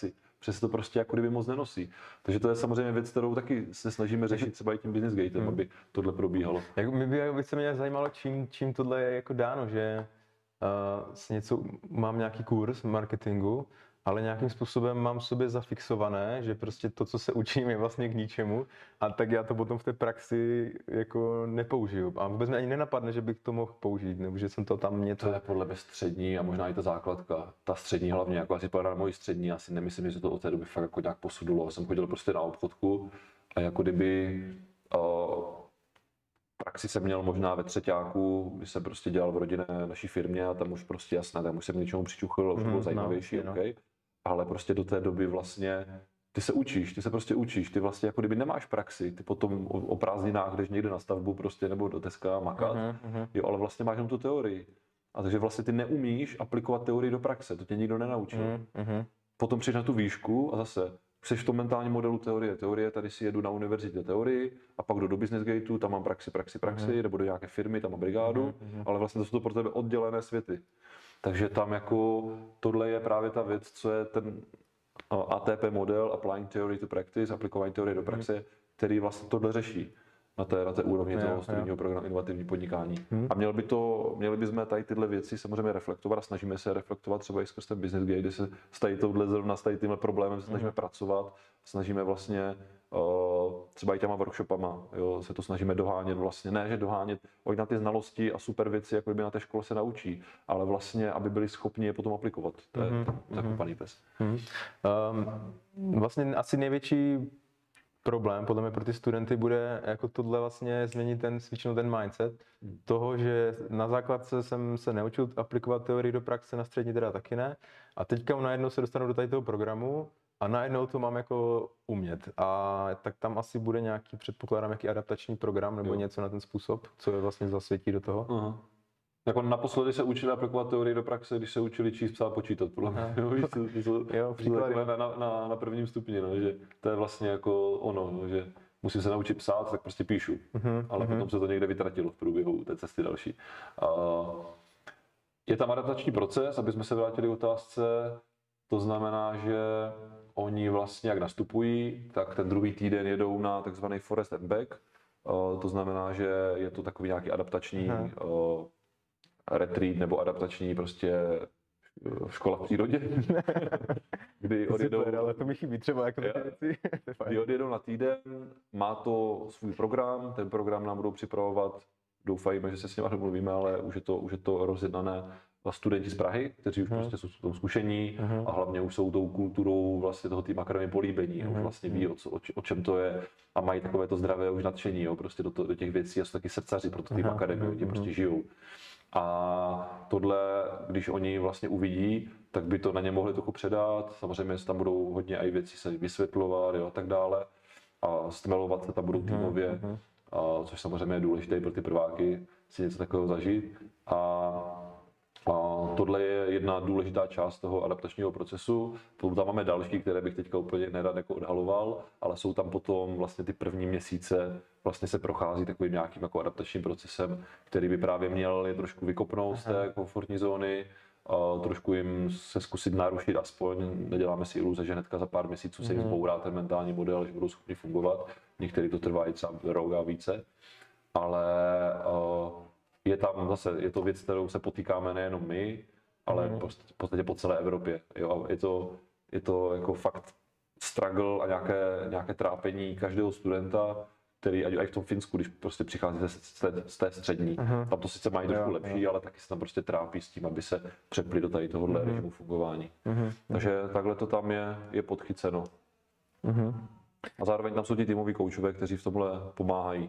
přes to prostě jako kdyby moc nenosí. Takže to je samozřejmě věc, kterou taky se snažíme řešit třeba i tím business gatem, aby tohle probíhalo. Mě by se mě zajímalo, čím tohle je jako dáno, že mám nějaký kurz marketingu, ale nějakým způsobem mám sobě zafixované, že prostě to, co se učím, je vlastně k ničemu a tak já to potom v té praxi jako nepoužiju. A vůbec mě ani nenapadne, že bych to mohl použít, nebo že jsem to tam něco... To je podle mě střední a možná i ta základka. Ta střední hlavně, jako asi na mojí střední, já si nemyslím, že to od té doby fakt jako nějak posunulo. Jsem chodil prostě na obchodku a jako kdyby praxi jsem měl možná ve třeťáku, kdy jsem prostě dělal v rodinné naší firmě a tam už prostě jasné, tam už jsem k něčemu přičuchl, už to bylo zajímavější, okay. Ale prostě do té doby vlastně ty se prostě učíš, ty vlastně jako kdyby nemáš praxi, ty potom o prázdninách jdeš někde na stavbu prostě nebo do Teska makat, jo, ale vlastně máš jenom tu teorii. A takže vlastně ty neumíš aplikovat teorii do praxe, to tě nikdo nenaučil. Potom přijdeš na tu výšku a zase jsi v tom mentálním modelu teorie, tady si jedu na univerzitě teorii a pak jdu do business gateu, tam mám praxi, nebo do nějaké firmy, tam mám brigádu, ale vlastně to jsou to pro tebe oddělené světy. Takže tam jako tohle je právě ta věc, co je ten ATP model, Applying Theory to Practice, aplikování teorie do praxe, který vlastně tohle řeší na té úrovni toho studijního programu inovativní podnikání. A měli bychom tady tyhle věci samozřejmě reflektovat a snažíme se reflektovat třeba i skrz ten business gate, kde se s tímhle problémem se snažíme pracovat, snažíme vlastně třeba i těma workshopama, jo, se to snažíme dohánět vlastně, ne, že dohánět, oni na ty znalosti a super věci, jako by na té škole se naučí, ale vlastně, aby byli schopni je potom aplikovat. To je zakopaný pes. Vlastně asi největší problém podle mě pro ty studenty bude jako tohle vlastně změnit ten mindset toho, že na základce jsem se neučil aplikovat teorii do praxe, na střední teda taky ne. A teďka najednou se dostanu do tady toho programu a najednou to mám jako umět. A tak tam asi bude předpokládám, nějaký adaptační program nebo něco na ten způsob, co je vlastně zasvětí do toho. Jako naposledy se učili aplikovat teorii do praxe, když se učili číst, psát, počítat, podle mě. Na prvním stupni, no, že to je vlastně jako ono, že musím se naučit psát, tak prostě píšu. Ale potom se to někde vytratilo v průběhu té cesty další. Je tam adaptační proces, aby jsme se vrátili k otázce. To znamená, že oni vlastně, jak nastupují, tak ten druhý týden jedou na takzvaný forest and back. To znamená, že je to takový nějaký adaptační retreat nebo adaptační prostě škola v přírodě, kdy odjedou, super, ale to mi chybí třeba jako věci. Kdy odjedou na týden, má to svůj program, ten program nám budou připravovat, doufajíme, že se s nimi domluvíme, ale už je to rozjednané studenti z Prahy, kteří už prostě jsou v tom zkušení a hlavně už jsou tou kulturou vlastně toho tým akademie políbení, už vlastně ví, o čem to je a mají takové to zdravé už nadšení, jo, prostě do těch věcí a jsou taky srdcaři pro to tým akademie, ti prostě žijou. A tohle, když oni vlastně uvidí, tak by to na ně mohli trochu předat. Samozřejmě tam budou hodně i věci se vysvětlovat, jo, a tak dále. A stmelovat se tam budou týmově, což samozřejmě je důležité pro ty prváky si něco takového zažít. A tohle je jedna důležitá část toho adaptačního procesu. Potom tam máme další, které bych teďka úplně nerad jako odhaloval, ale jsou tam potom vlastně ty první měsíce vlastně se prochází takovým nějakým jako adaptačním procesem, který by právě měl je trošku vykopnout z té komfortní zóny, trošku jim se zkusit narušit aspoň, neděláme si iluze, že hnedka za pár měsíců se jim zbourá ten mentální model, že budou schopni fungovat, některý to trvá i třeba rok a více, ale je tam zase, je to věc, kterou se potýkáme nejenom my, ale v podstatě po celé Evropě. Jo? Je to jako fakt struggle a nějaké trápení každého studenta, který ať v tom Finsku, když prostě přichází z té střední, tam to sice mají trošku lepší, ale taky se tam prostě trápí s tím, aby se přepli do tady tohohle režimu fungování. Takže takhle to tam je podchyceno. A zároveň tam jsou ti týmoví koučové, kteří v tomhle pomáhají.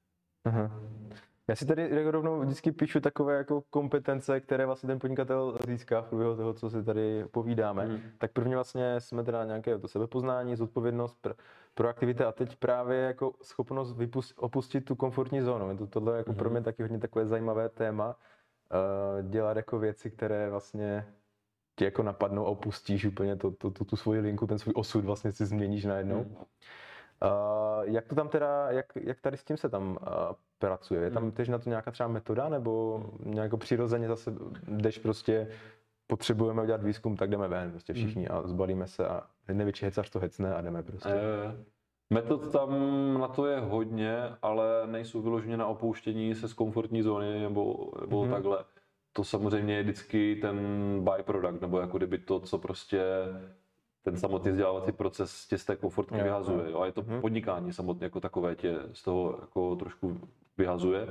Já si tady rovnou vždycky píšu takové jako kompetence, které vlastně ten podnikatel získá v průběhu toho, co si tady povídáme. Tak prvně vlastně jsme teda nějaké to sebepoznání, zodpovědnost, proaktivita a teď právě jako schopnost opustit tu komfortní zónu. Tohle je jako pro mě taky hodně takové zajímavé téma, dělat jako věci, které vlastně ti jako napadnou a opustíš úplně tu svoji linku, ten svůj osud vlastně si změníš najednou. Jak to tam teda, jak tady s tím se tam pracuje? Je tam tež na to nějaká třeba metoda, nebo nějak přirozeně zase jdeš prostě potřebujeme udělat výzkum, tak jdeme ven, prostě všichni a zbalíme se a největší hecař to hecne a jdeme prostě. Metod tam na to je hodně, ale nejsou vyloženě na opouštění se z komfortní zóny nebo takhle. To samozřejmě je vždycky ten byproduct, nebo jako kdyby to, co prostě ten samotný vzdělávací proces tě z té komfortky vyhazuje. Jo? A je to podnikání samotné jako takové tě z toho jako trošku vyhazuje.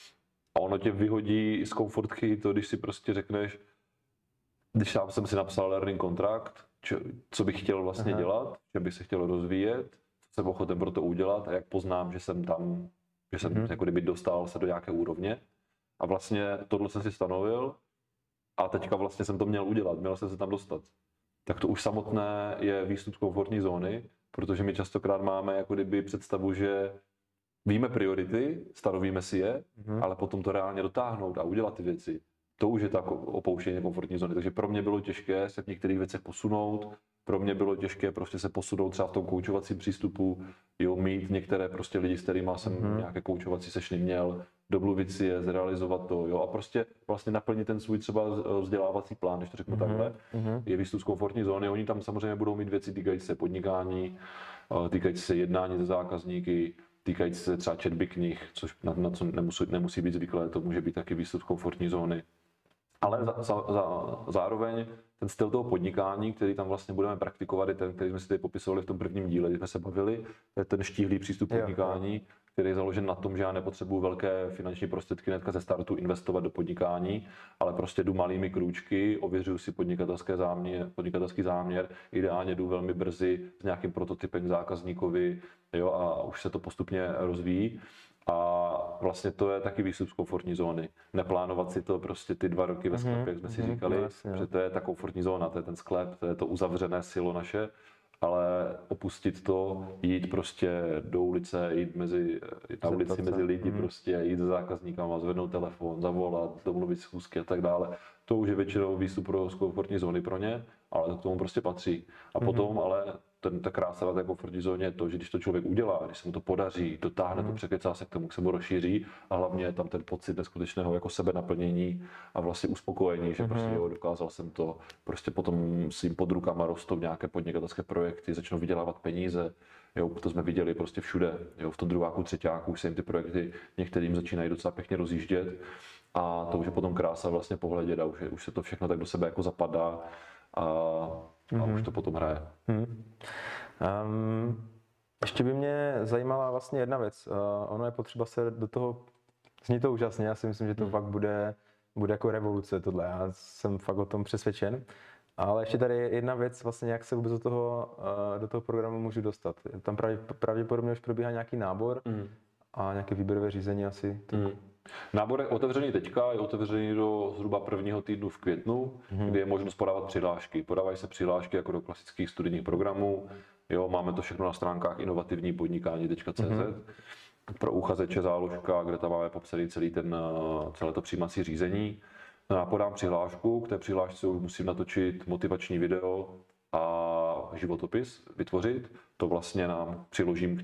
A ono tě vyhodí z komfortky to, když si prostě řekneš, když sám jsem si napsal learning kontrakt, co bych chtěl vlastně dělat, že bych se chtěl rozvíjet, co jsem ochoten pro to udělat a jak poznám, že jsem tam, že jsem jako kdyby dostal se do nějaké úrovně. A vlastně tohle jsem si stanovil a teďka vlastně jsem to měl udělat, měl jsem se tam dostat. Tak to už samotné je výstup z komfortní zóny, protože my častokrát máme jako kdyby představu, že víme priority, stanovíme si je, ale potom to reálně dotáhnout a udělat ty věci. To už je tak opouštění komfortní zóny. Takže pro mě bylo těžké se v některých věcech posunout. Pro mě bylo těžké prostě se posunout třeba v tom koučovacím přístupu, jo, mít některé prostě lidi, s kterými jsem nějaké koučovací sešny měl, domluvit si je, zrealizovat to, jo, a prostě vlastně naplnit ten svůj třeba vzdělávací plán, když to řeknu takhle, je výstup z komfortní zóny. Oni tam samozřejmě budou mít věci týkající se podnikání, týkající se jednání se zákazníky, týkající se třeba četby knih, což na co nemusí být zvyklé, to může být taky výstup z komfortní zóny. Ale zároveň ten styl toho podnikání, který tam vlastně budeme praktikovat, je ten, který jsme si tady popisovali v tom prvním díle, kdy jsme se bavili, to je ten štíhlý přístup podnikání, který je založen na tom, že já nepotřebuji velké finanční prostředky hnedka ze startu investovat do podnikání, ale prostě jdu malými krůčky, ověřuju si podnikatelský záměr, ideálně jdu velmi brzy s nějakým prototypem k zákazníkovi, jo, a už se to postupně rozvíjí. A vlastně to je taky výstup z komfortní zóny. Neplánovat si to prostě ty 2 roky ve sklepě, jak jsme si říkali, že to je ta komfortní zóna, to je ten sklep, to je to uzavřené silo naše, ale opustit to, jít prostě do ulice, jít na ulici mezi lidi, prostě jít za zákazníkama, zvednout telefon, zavolat, domluvit schůzky a tak dále. To už je většinou výstup z komfortní zóny pro ně, ale to k tomu prostě patří. A potom ale ta krása na té komfortní zóně je to, že když to člověk udělá, když se mu to podaří, dotáhne to, překecá se k tomu, se mu rozšíří a hlavně je tam ten pocit neskutečného jako sebenaplnění a vlastně uspokojení, že prostě jo, dokázal jsem to, prostě potom si jim pod rukama rostou nějaké podnikatelské projekty, začnou vydělávat peníze, jo, to jsme viděli prostě všude, jo, v tom druháku, třetíku už se jim ty projekty některým začínají docela pěkně rozjíždět a to už je potom krása vlastně pohledět a už se to všechno tak do sebe jako zapadá a už to potom hraje. Ještě by mě zajímala vlastně jedna věc. Ono je potřeba se do toho, zní to úžasně, já si myslím, že to fakt bude jako revoluce tohle, já jsem fakt o tom přesvědčen. Ale ještě tady je jedna věc, vlastně jak se vůbec do toho programu můžu dostat. Tam pravděpodobně už probíhá nějaký nábor a nějaké výběrové řízení asi. Nábor je otevřený teďka, je otevřený do zhruba 1. týdnu v květnu, kdy je možnost podávat přihlášky. Podávají se přihlášky jako do klasických studijních programů. Jo, máme to všechno na stránkách inovativnipodnikání.cz. Pro uchazeče záložka, kde tam máme popsaný celé to přijímací řízení. Já podám přihlášku, k té přihlášce už musím natočit motivační video a životopis vytvořit. To vlastně nám přiložím k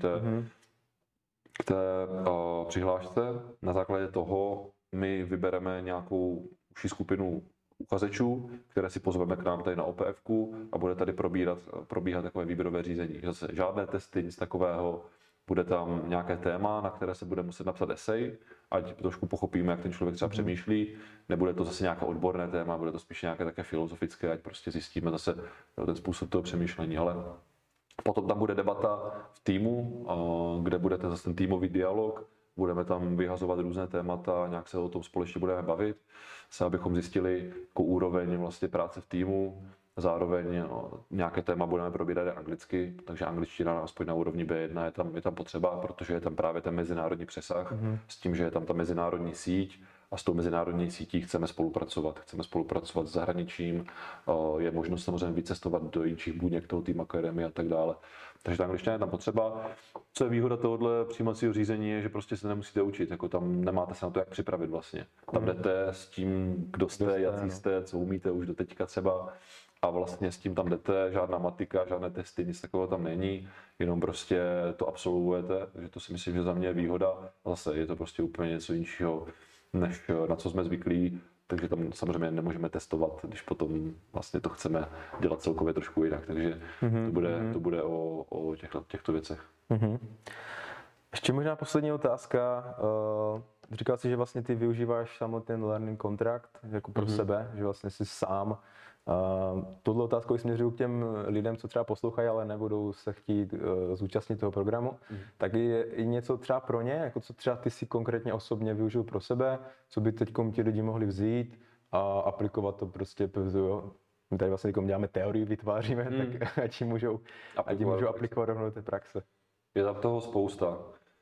té přihlášce. Na základě toho my vybereme nějakou užší skupinu uchazečů, které si pozveme k nám tady na OPF-ku a bude tady probíhat takové výběrové řízení. Zase žádné testy, nic takového. Bude tam nějaké téma, na které se bude muset napsat esej, ať trošku pochopíme, jak ten člověk třeba přemýšlí. Nebude to zase nějaké odborné téma, bude to spíš nějaké také filozofické, ať prostě zjistíme zase ten způsob toho přemýšlení. Ale potom tam bude debata v týmu, kde bude zase ten týmový dialog, budeme tam vyhazovat různé témata, nějak se o tom společně budeme bavit, abychom zjistili jako úroveň vlastně práce v týmu. Zároveň nějaké téma budeme probírat anglicky, takže angličtina aspoň na úrovni B1 je tam potřeba, protože je tam právě ten mezinárodní přesah, s tím, že je tam ta mezinárodní síť a s tou mezinárodní sítí chceme spolupracovat. Chceme spolupracovat s zahraničím, je možnost samozřejmě vycestovat do jiných buněk toho Team Academy a tak dále. Takže ta angličtina je tam potřeba. Co je výhoda tohohle přijímacího řízení je, že prostě se nemusíte učit, jako tam nemáte se na to jak připravit vlastně. Tam jdete s tím, kdo jste, jací jste, co umíte už do teďka třeba. A vlastně s tím tam jdete, žádná matika, žádné testy, nic takového tam není, jenom prostě to absolvujete, takže to si myslím, že za mě je výhoda. A zase je to prostě úplně něco jiného, než na co jsme zvyklí. takže tam samozřejmě nemůžeme testovat, když potom vlastně to chceme dělat celkově trošku jinak, takže to bude o těchto věcech. Ještě možná poslední otázka. Říkal jsi, že vlastně ty využíváš samotný ten learning contract jako pro sebe, že vlastně jsi sám. Tuhle otázku směřuju k těm lidem, co třeba poslouchají, ale nebudou se chtít zúčastnit toho programu. Tak je i něco třeba pro ně, jako co třeba ty si konkrétně osobně využil pro sebe, co by teď ti lidi mohli vzít a aplikovat to prostě, jo. My tady vlastně děláme teorii, vytváříme, tak ať ji můžou aplikovat rovnou do té praxe. Je tam toho spousta.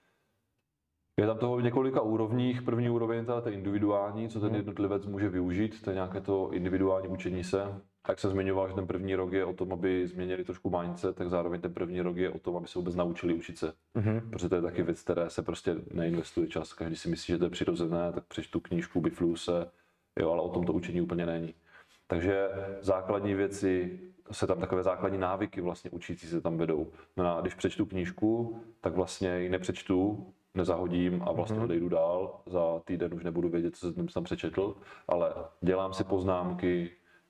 Je tam toho v několika úrovních. První úroveň je individuální, co ten jednotlivec může využít, to je nějaké to individuální učení se. Jak jsem zmiňoval, že ten první rok je o tom, aby změnili trošku mindset, tak zároveň ten první rok je o tom, aby se vůbec naučili učit se. Protože to je taky věc, které se prostě neinvestuje čas. Každý si myslí, že to je přirozené, tak přečtu knížku, bifluju se, jo, ale o tom to učení úplně není. Takže základní věci, tam takové základní návyky vlastně učící se tam vedou. No, když přečtu knížku, tak vlastně ji nepřečtu, nezahodím a vlastně odejdu dál. Za týden už nebudu vědět, co jsem tam přečetl, ale dělám si poznámky,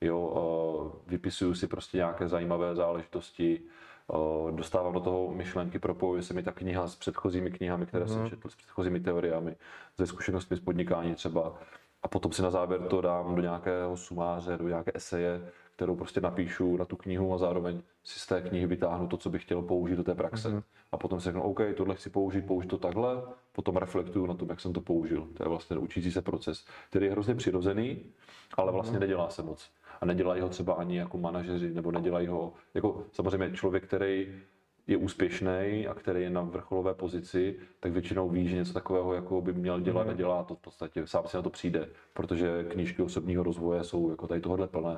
jo, vypisuju si prostě nějaké zajímavé záležitosti, dostávám do toho myšlenky, propojuje se mi ta kniha s předchozími knihami, které jsem četl, s předchozími teoriemi, ze zkušenostmi z podnikání třeba. A potom si na závěr to dám do nějakého sumáře, do nějaké eseje, kterou prostě napíšu na tu knihu a zároveň si z té knihy vytáhnu to, co bych chtěl použít do té praxe. A potom si řeknu, OK, tohle chci použít to takhle, potom reflektuju na tom, jak jsem to použil. To je vlastně učící se proces, který je hrozně přirozený, ale vlastně nedělá se moc. A nedělají ho třeba ani jako manažeři, nebo nedělají ho, jako samozřejmě člověk, který je úspěšný a který je na vrcholové pozici, tak většinou ví, že něco takového jako by měl dělat, nedělá to v podstatě, sám si na to přijde, protože knížky osobního rozvoje jsou jako tady tohle plné.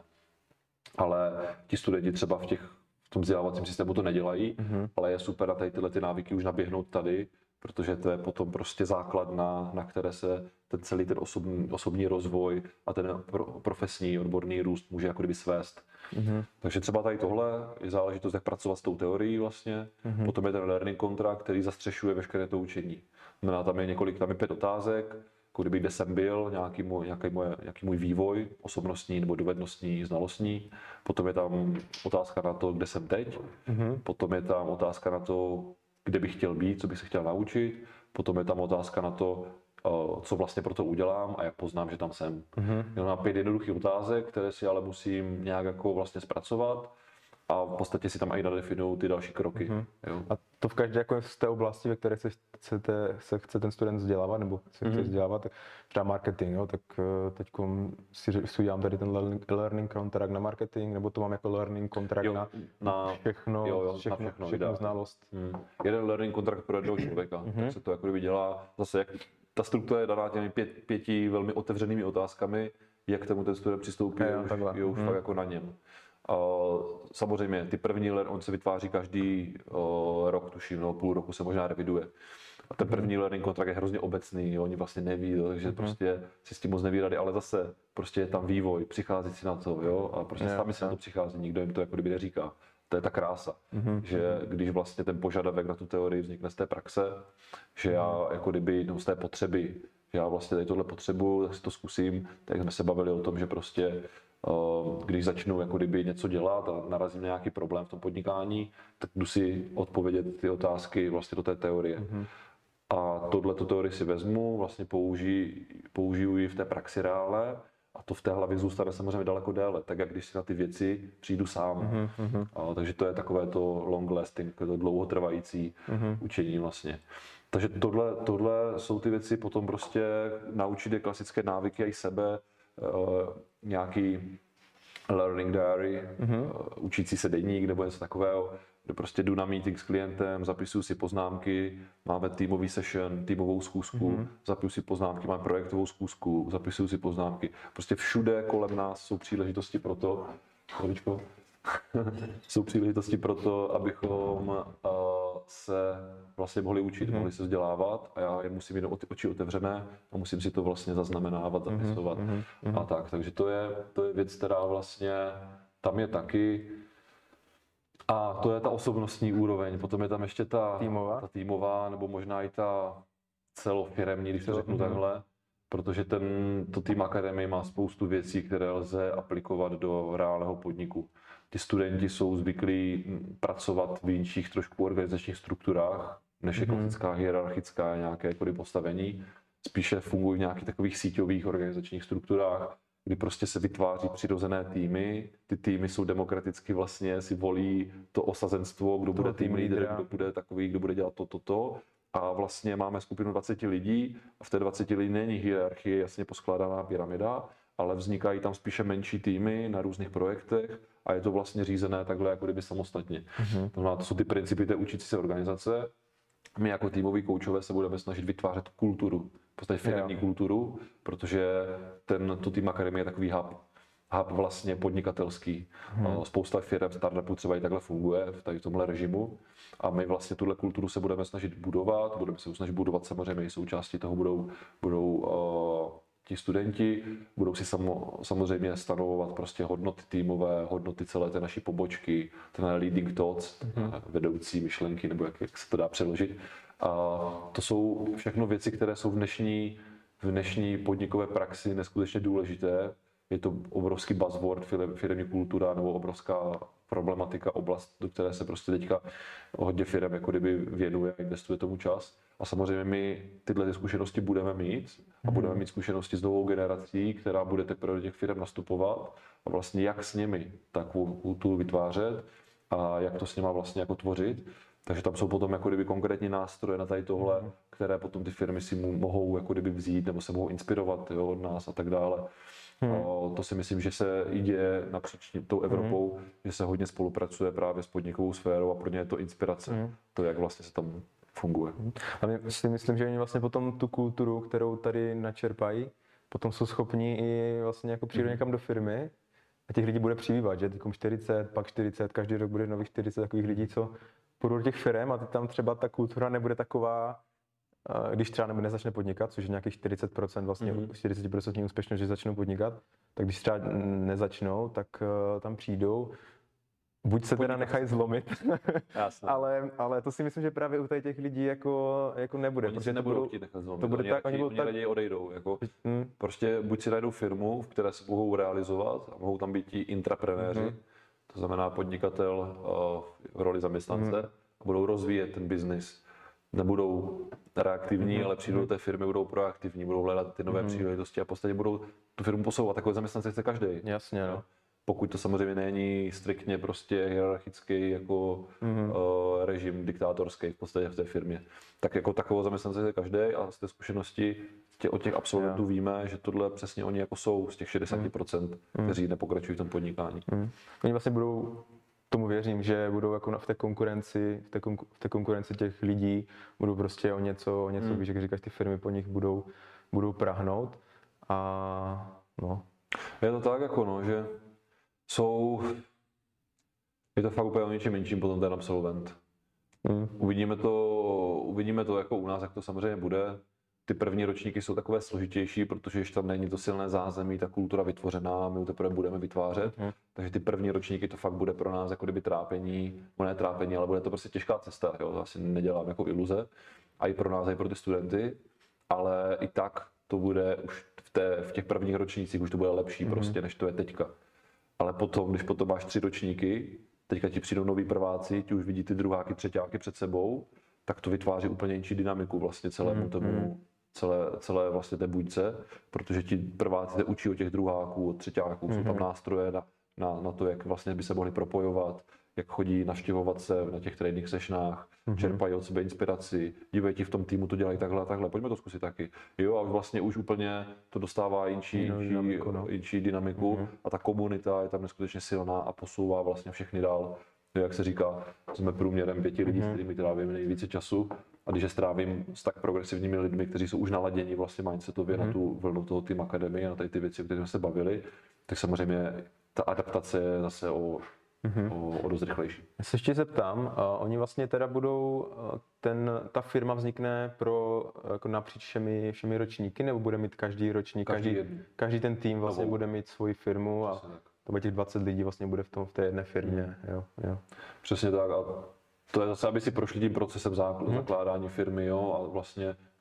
Ale ti studenti třeba v tom vzdělávacím systému to nedělají, ale je super na tady tyhle ty návyky už naběhnout tady, protože to je potom prostě základna, na které se celý ten osobní rozvoj a ten profesní odborný růst může jako kdyby svést. Takže třeba tady tohle je záležitost, jak pracovat s tou teorií vlastně. Potom je ten learning contract, který zastřešuje veškeré to učení. Tam je 5 otázek, jako kdyby kde jsem byl, nějaký můj vývoj osobnostní nebo dovednostní, znalostní. Potom je tam otázka na to, kde jsem teď. Potom je tam otázka na to, kde bych chtěl být, co bych se chtěl naučit. Potom je tam otázka na to, co vlastně pro to udělám a jak poznám, že tam jsem. Mám 5 jednoduchých otázek, které si ale musím nějak jako vlastně zpracovat a v podstatě si tam i nadefinují ty další kroky. Jo. A to v každé jako z té oblasti, ve které se chce ten student vzdělávat, nebo se chce vzdělávat, tak třeba marketing, jo, tak teď si udělám tady ten learning contract na marketing, nebo to mám jako learning contract na všechno znalost. Jeden learning contract pro jednoho člověka, tak se to jako kdyby dělá zase, jak ta struktura je daná těmi 5 velmi otevřenými otázkami, jak k tomu ten student přistoupí, je už fakt jako na něm. Samozřejmě ty první on se vytváří každý rok, tuším, no, půl roku se možná reviduje. A ten první learning contract je hrozně obecný, oni vlastně neví, takže prostě si s tím moc neví rady, ale zase prostě je tam vývoj, přichází si na to, jo, a prostě sami si na to přichází, nikdo jim to jako kdyby neříká. To je ta krása, že když vlastně ten požadavek na tu teorii vznikne z té praxe, že já jako kdyby z té potřeby, že já vlastně tady tohle potřebuju, tak si to zkusím, tak jsme se bavili o tom, že prostě když začnu jako kdyby něco dělat a narazím na nějaký problém v tom podnikání, tak jdu si odpovědět ty otázky vlastně do té teorie. A tohleto teorii si vezmu, vlastně použiju ji v té praxi reále a to v té hlavě zůstane samozřejmě daleko déle, tak jak když si na ty věci přijdu sám. Takže to je takové to long lasting, to dlouhotrvající učení vlastně. Takže tohle jsou ty věci, potom prostě naučit je klasické návyky a i sebe, nějaký learning diary, učící se deník nebo něco takového, kde prostě jdu na meeting s klientem, zapisuju si poznámky, máme týmový session, týmovou schůzku, zapisuju si poznámky, máme projektovou schůzku, zapisuju si poznámky. Prostě všude kolem nás jsou příležitosti pro to, jsou příležitosti pro to, abychom se vlastně mohli učit, mohli se vzdělávat a já je musím mít oči otevřené a musím si to vlastně zaznamenávat, zapisovat a tak. Takže to je věc, která vlastně tam je taky. A to je ta osobnostní úroveň, potom je tam ještě ta týmová, nebo možná i ta celofiremní, když to řeknu takhle. protože to tým akademie má spoustu věcí, které lze aplikovat do reálného podniku. Ti studenti jsou zvyklí pracovat v jiných trošku organizačních strukturách, než je klasická hierarchická nějaké jako postavení. Spíše fungují v nějakých takových síťových organizačních strukturách, kdy prostě se vytváří přirozené týmy. Ty týmy jsou demokraticky vlastně, si volí to osazenstvo, kdo bude tým lídr, kdo bude takový, kdo bude dělat to. A vlastně máme skupinu 20 lidí a v té 20 lidí není hierarchie jasně poskládaná pyramida, ale vznikají tam spíše menší týmy na různých projektech a je to vlastně řízené takhle jako kdyby samostatně. To jsou ty principy té učící se organizace. My jako týmoví koučové se budeme snažit vytvářet kulturu, v podstatě firemní kulturu, protože to tým akademie je takový hub vlastně podnikatelský. Spousta firem, startupů třeba i takhle funguje v tomhle režimu a my vlastně tuhle kulturu se budeme snažit budovat, samozřejmě i součástí toho budou ti studenti, budou si samozřejmě stanovovat prostě hodnoty týmové, hodnoty celé té naší pobočky, ten leading thoughts, vedoucí myšlenky, nebo jak se to dá přeložit. A to jsou všechno věci, které jsou v dnešní podnikové praxi neskutečně důležité. Je to obrovský buzzword, firemní kultura, nebo obrovská problematika, oblast, do které se prostě teďka hodně firem jako kdyby věnuje a investuje tomu čas. A samozřejmě my tyhle zkušenosti budeme mít a budeme mít zkušenosti s novou generací, která bude teprve do těch firem nastupovat a vlastně jak s nimi takovou kulturu vytvářet a jak to s nima vlastně jako tvořit. Takže tam jsou potom jako kdyby konkrétní nástroje na tady tohle, které potom ty firmy si mohou jako kdyby vzít nebo se mohou inspirovat od nás a tak dále. To si myslím, že se i děje napříč tou Evropou, že se hodně spolupracuje právě s podnikovou sférou a pro ně je to inspirace, to jak vlastně se tam funguje. A my si myslím, že oni vlastně potom tu kulturu, kterou tady načerpají, potom jsou schopni i vlastně jako přijít někam do firmy a těch lidí bude přibývat, že teď 40, pak 40, každý rok bude nových 40 takových lidí, co půjdou do těch firm a tam třeba ta kultura nebude taková, když třeba nezačne podnikat, což je nějakých 40%, vlastně 40% úspěšnost, že začnou podnikat, tak když třeba nezačnou, tak tam přijdou, buď se teda nechají zlomit, ale to si myslím, že právě u těch lidí jako nebude. Oni si nebudou chtít nechat zlomit, to bude oni raději odejdou. Jako, prostě buď si najdou firmu, v které se mohou realizovat a mohou tam být ti intraprenéři, to znamená podnikatel v roli zaměstnance, a budou rozvíjet ten biznis. Nebudou reaktivní, ale přijdou do té firmy, budou proaktivní, budou hledat ty nové příležitosti a v podstatě budou tu firmu posouvat. Takové zaměstnance chce každý. Jasně, no. Pokud to samozřejmě není striktně prostě hierarchický jako režim diktátorský v podstatě v té firmě. Tak jako takovou zaměstnance chce každý a z té zkušenosti od těch absolventů víme, že tohle přesně oni jako jsou z těch 60%, kteří nepokračují v tom podnikání. Oni vlastně budou, tomu věřím, že budou jako v té konkurenci těch lidí, budou prostě o něco víš, jak říkáš, ty firmy po nich budou prahnout a no. Je to tak jako no, že je to fakt úplně o něčem menším potom ten absolvent. Uvidíme to jako u nás, jak to samozřejmě bude. Ty první ročníky jsou takové složitější, protože ještě tam není to silné zázemí, ta kultura vytvořená, my teprve budeme vytvářet. Takže ty první ročníky to fakt bude pro nás jako kdyby trápení, ne trápení, ale bude to prostě těžká cesta, jo? To asi nedělám jako iluze. A i pro nás, i pro ty studenty, ale i tak to bude už v těch prvních ročnících už to bude lepší prostě, než to je teďka. Ale potom, když potom máš 3 ročníky, teďka ti přijdou noví prváci, ti už vidí ty druháky, třeťáky před sebou, tak to vytváří úplně jinou dynamiku vlastně celému tomu, celé vlastně té buňce, protože ti prváci se učí od těch druháků, od třeťáků, jsou tam nástroje na to, jak vlastně by se mohli propojovat, jak chodí navštěvovat se na těch trénink sessionách, čerpají od sebe inspiraci, dívají ti v tom týmu, to dělají takhle a takhle, pojďme to zkusit taky. Jo, a vlastně už úplně to dostává jinší dynamiku a ta komunita je tam neskutečně silná a posouvá vlastně všechny dál. Jak se říká, jsme průměrem 5 lidí, s kterými trávíme nejvíce času a když je strávím s tak progresivními lidmi, kteří jsou už naladěni vlastně mindsetově na tu vlnu toho tým akademie, na ty věci, o kterých jsme se bavili, tak samozřejmě ta adaptace je zase o dost rychlejší. Já se ještě zeptám, oni vlastně teda budou, ta firma vznikne jako napříč všemi ročníky, nebo bude mít každý ročník, každý ten tým vlastně bude mít svoji firmu a to bude těch 20 lidí vlastně bude v té jedné firmě. Jo. Přesně tak a to je zase, aby si prošli tím procesem zakládání firmy, jo, a vlastně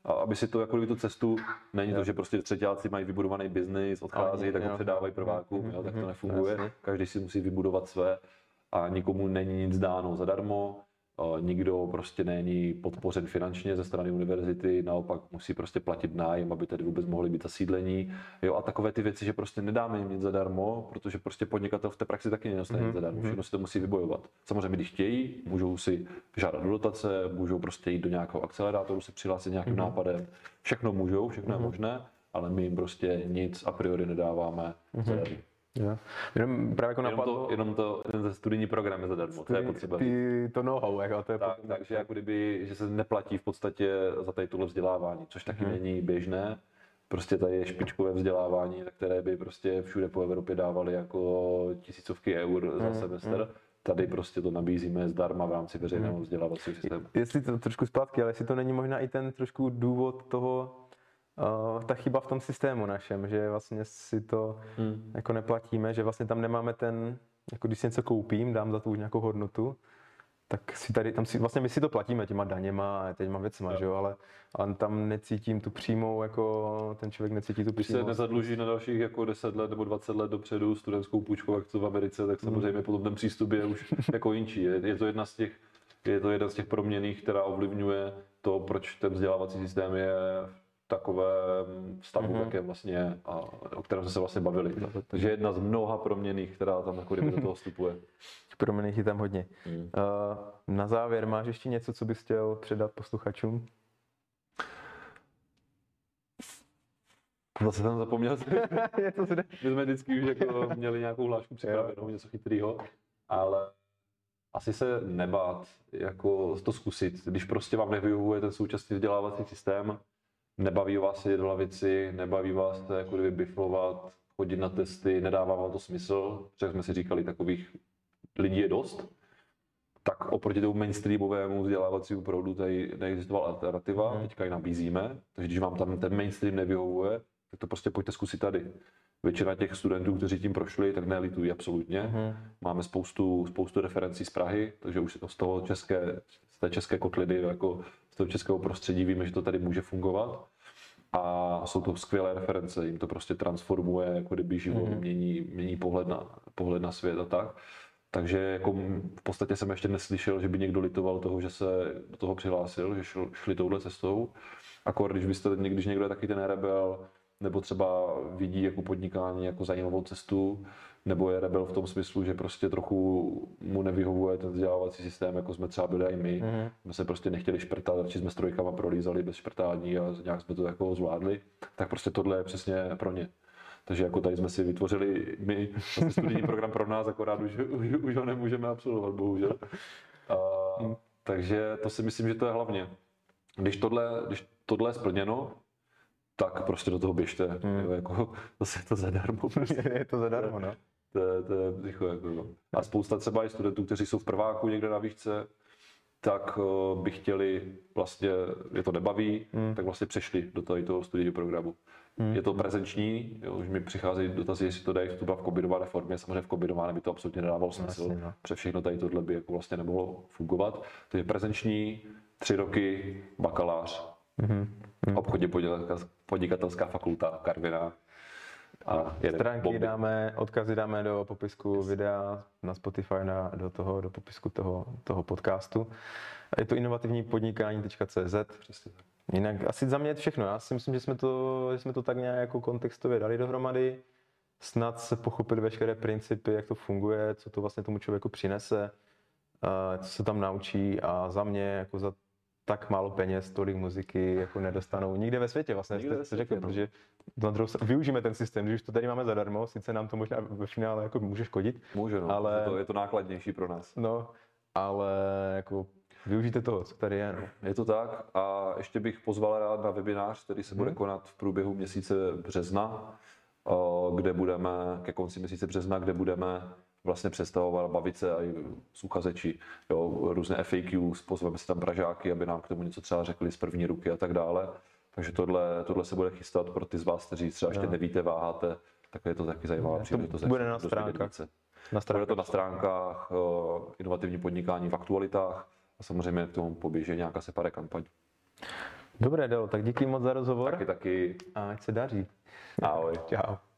a aby si to jako tu cestu, není to, že prostě třetíáci mají vybudovaný biznis, odchází, tak ho předávají prvákům, tak to nefunguje. Každý si musí vybudovat své a nikomu není nic dáno zadarmo. Nikdo prostě není podpořen finančně ze strany univerzity, naopak musí prostě platit nájem, aby tady vůbec mohli být zasídlení. Jo, a takové ty věci, že prostě nedáme jim nic zadarmo, protože prostě podnikatel v té praxi taky nedostane nic zadarmo, všechno si to musí vybojovat. Samozřejmě, když chtějí, můžou si žádat do dotace, můžou prostě jít do nějakého akcelerátoru, se přihlásit nějakým nápadem, všechno můžou, všechno je možné, ale my jim prostě nic a priori nedáváme zadarmo. Jo. Jenom právě jako napadlo... Jenom ten studijní program je zadarmo, to je potřeba. To know-how, jako to je takže jako kdyby, že se neplatí v podstatě za tady tohle vzdělávání, což taky není běžné. Prostě tady je špičkové vzdělávání, které by prostě všude po Evropě dávali jako tisícovky eur za semestr. Tady prostě to nabízíme zdarma v rámci veřejného vzdělávacího systému. Jestli to trošku zpátky, ale jestli to není možná i ten trošku důvod toho, ta chyba v tom systému našem, že vlastně si to jako neplatíme, že vlastně tam nemáme ten, jako když si něco koupím, dám za to už nějakou hodnotu, tak si tady, tam si, vlastně my si to platíme těma daněma a těma věcma, že jo, ale tam necítím tu přímou, jako ten člověk necítí tu přímou. Když se nezadluží na dalších jako 10 let nebo 20 let dopředu studentskou půjčkou, jak to v Americe, tak samozřejmě potom ten přístup je už jako jinčí. Je to jedna z těch proměnných, která ovlivňuje to, proč ten vzdělávací systém je takovém stavu, jak je vlastně, a o kterém jsme se vlastně bavili. Takže jedna z mnoha proměnných, která tam jako do toho vstupuje. Proměnných je tam hodně. Na závěr máš ještě něco, co bys chtěl předat posluchačům? Zase jsem zapomněl. My jsme vždycky už jako měli nějakou hlášku připravenou, něco chytrýho, ale asi se nebát, jako to zkusit, když prostě vám nevyhovuje ten současný vzdělávací systém, nebaví vás sedět v lavici, nebaví vás to jako kdyby biflovat, chodit na testy, nedává vám to smysl, protože jsme si říkali, takových lidí je dost, tak oproti tomu mainstreamovému vzdělávacímu proudu tady neexistovala alternativa, teďka ji nabízíme, takže když vám tam ten mainstream nevyhovuje, tak to prostě pojďte zkusit tady. Většina těch studentů, kteří tím prošli, tak nelitují absolutně. Máme spoustu referencí z Prahy, takže už z té české kotliny, jako z toho českého prostředí víme, že to tady může fungovat. A jsou to skvělé reference, jim to prostě transformuje, jako kdyby život, mění pohled na svět a tak. Takže jako v podstatě jsem ještě neslyšel, že by někdo litoval toho, že se do toho přihlásil, že šli touhle cestou. Akor, když někdo je taky ten rebel, nebo třeba vidí jako podnikání jako zajímavou cestu, nebo je rebel v tom smyslu, že prostě trochu mu nevyhovuje ten vzdělávací systém, jako jsme třeba byli i my. My se prostě nechtěli šprtat, radši jsme s trojkama prolízali bez šprtání a nějak jsme to jako zvládli. Tak prostě tohle je přesně pro ně. Takže jako tady jsme si vytvořili my vlastně studijní program pro nás, akorát už ho nemůžeme absolvovat, bohužel. Takže to si myslím, že to je hlavně. Když tohle je splněno, tak prostě do toho běžte. Jako, zase je to zadarmo. Prostě. Je to zadarmo, no. To je psycho, jako, no. A spousta třeba i studentů, kteří jsou v prváku někde na výšce, tak by chtěli, vlastně je to nebaví, tak vlastně přešli do toho studijního programu. Je to prezenční, už mi přicházejí dotazy, jestli to dají vstup v kombinované formě, samozřejmě v kombinované by to absolutně nedávalo smysl, protože všechno tady tohle by jako vlastně nemohlo fungovat. To je prezenční, 3 roky, bakalář, obchodně podnikatelská fakulta Karviná. A stránky odkazy dáme do popisku videa na Spotify, do popisku toho podcastu. Je to inovativnipodnikání.cz. Jinak asi za mě je všechno. Já si myslím, že jsme to tak nějak jako kontextově dali dohromady. Snad se pochopili veškeré principy, jak to funguje, co to vlastně tomu člověku přinese, co se tam naučí, a za mě jako za tak málo peněz, tolik muziky jako nedostanou nikde ve světě, vlastně jste řekli, protože využijeme ten systém, když to tady máme zadarmo, sice nám to možná ve finále jako může škodit. Může, no, ale je to nákladnější pro nás. No, ale jako využijte toho, co tady je. No. Je to tak, a ještě bych pozval rád na webinář, který se bude konat v průběhu měsíce března, kde budeme, ke konci měsíce března, kde budeme vlastně představovat, bavit se i s uchazeči, různé FAQs, pozveme si tam Pražáky, aby nám k tomu něco třeba řekli z první ruky a tak dále. Takže tohle se bude chystat pro ty z vás, kteří třeba ještě nevíte, váháte, tak je to taky zajímavá příležitost. Bude na stránkách. Bude to na stránkách, inovativní podnikání v aktualitách a samozřejmě k tomu poběží nějaká separé kampaň. Dobré, Delo, tak díky moc za rozhovor. Taky. A ať se daří. Ahoj. Čau.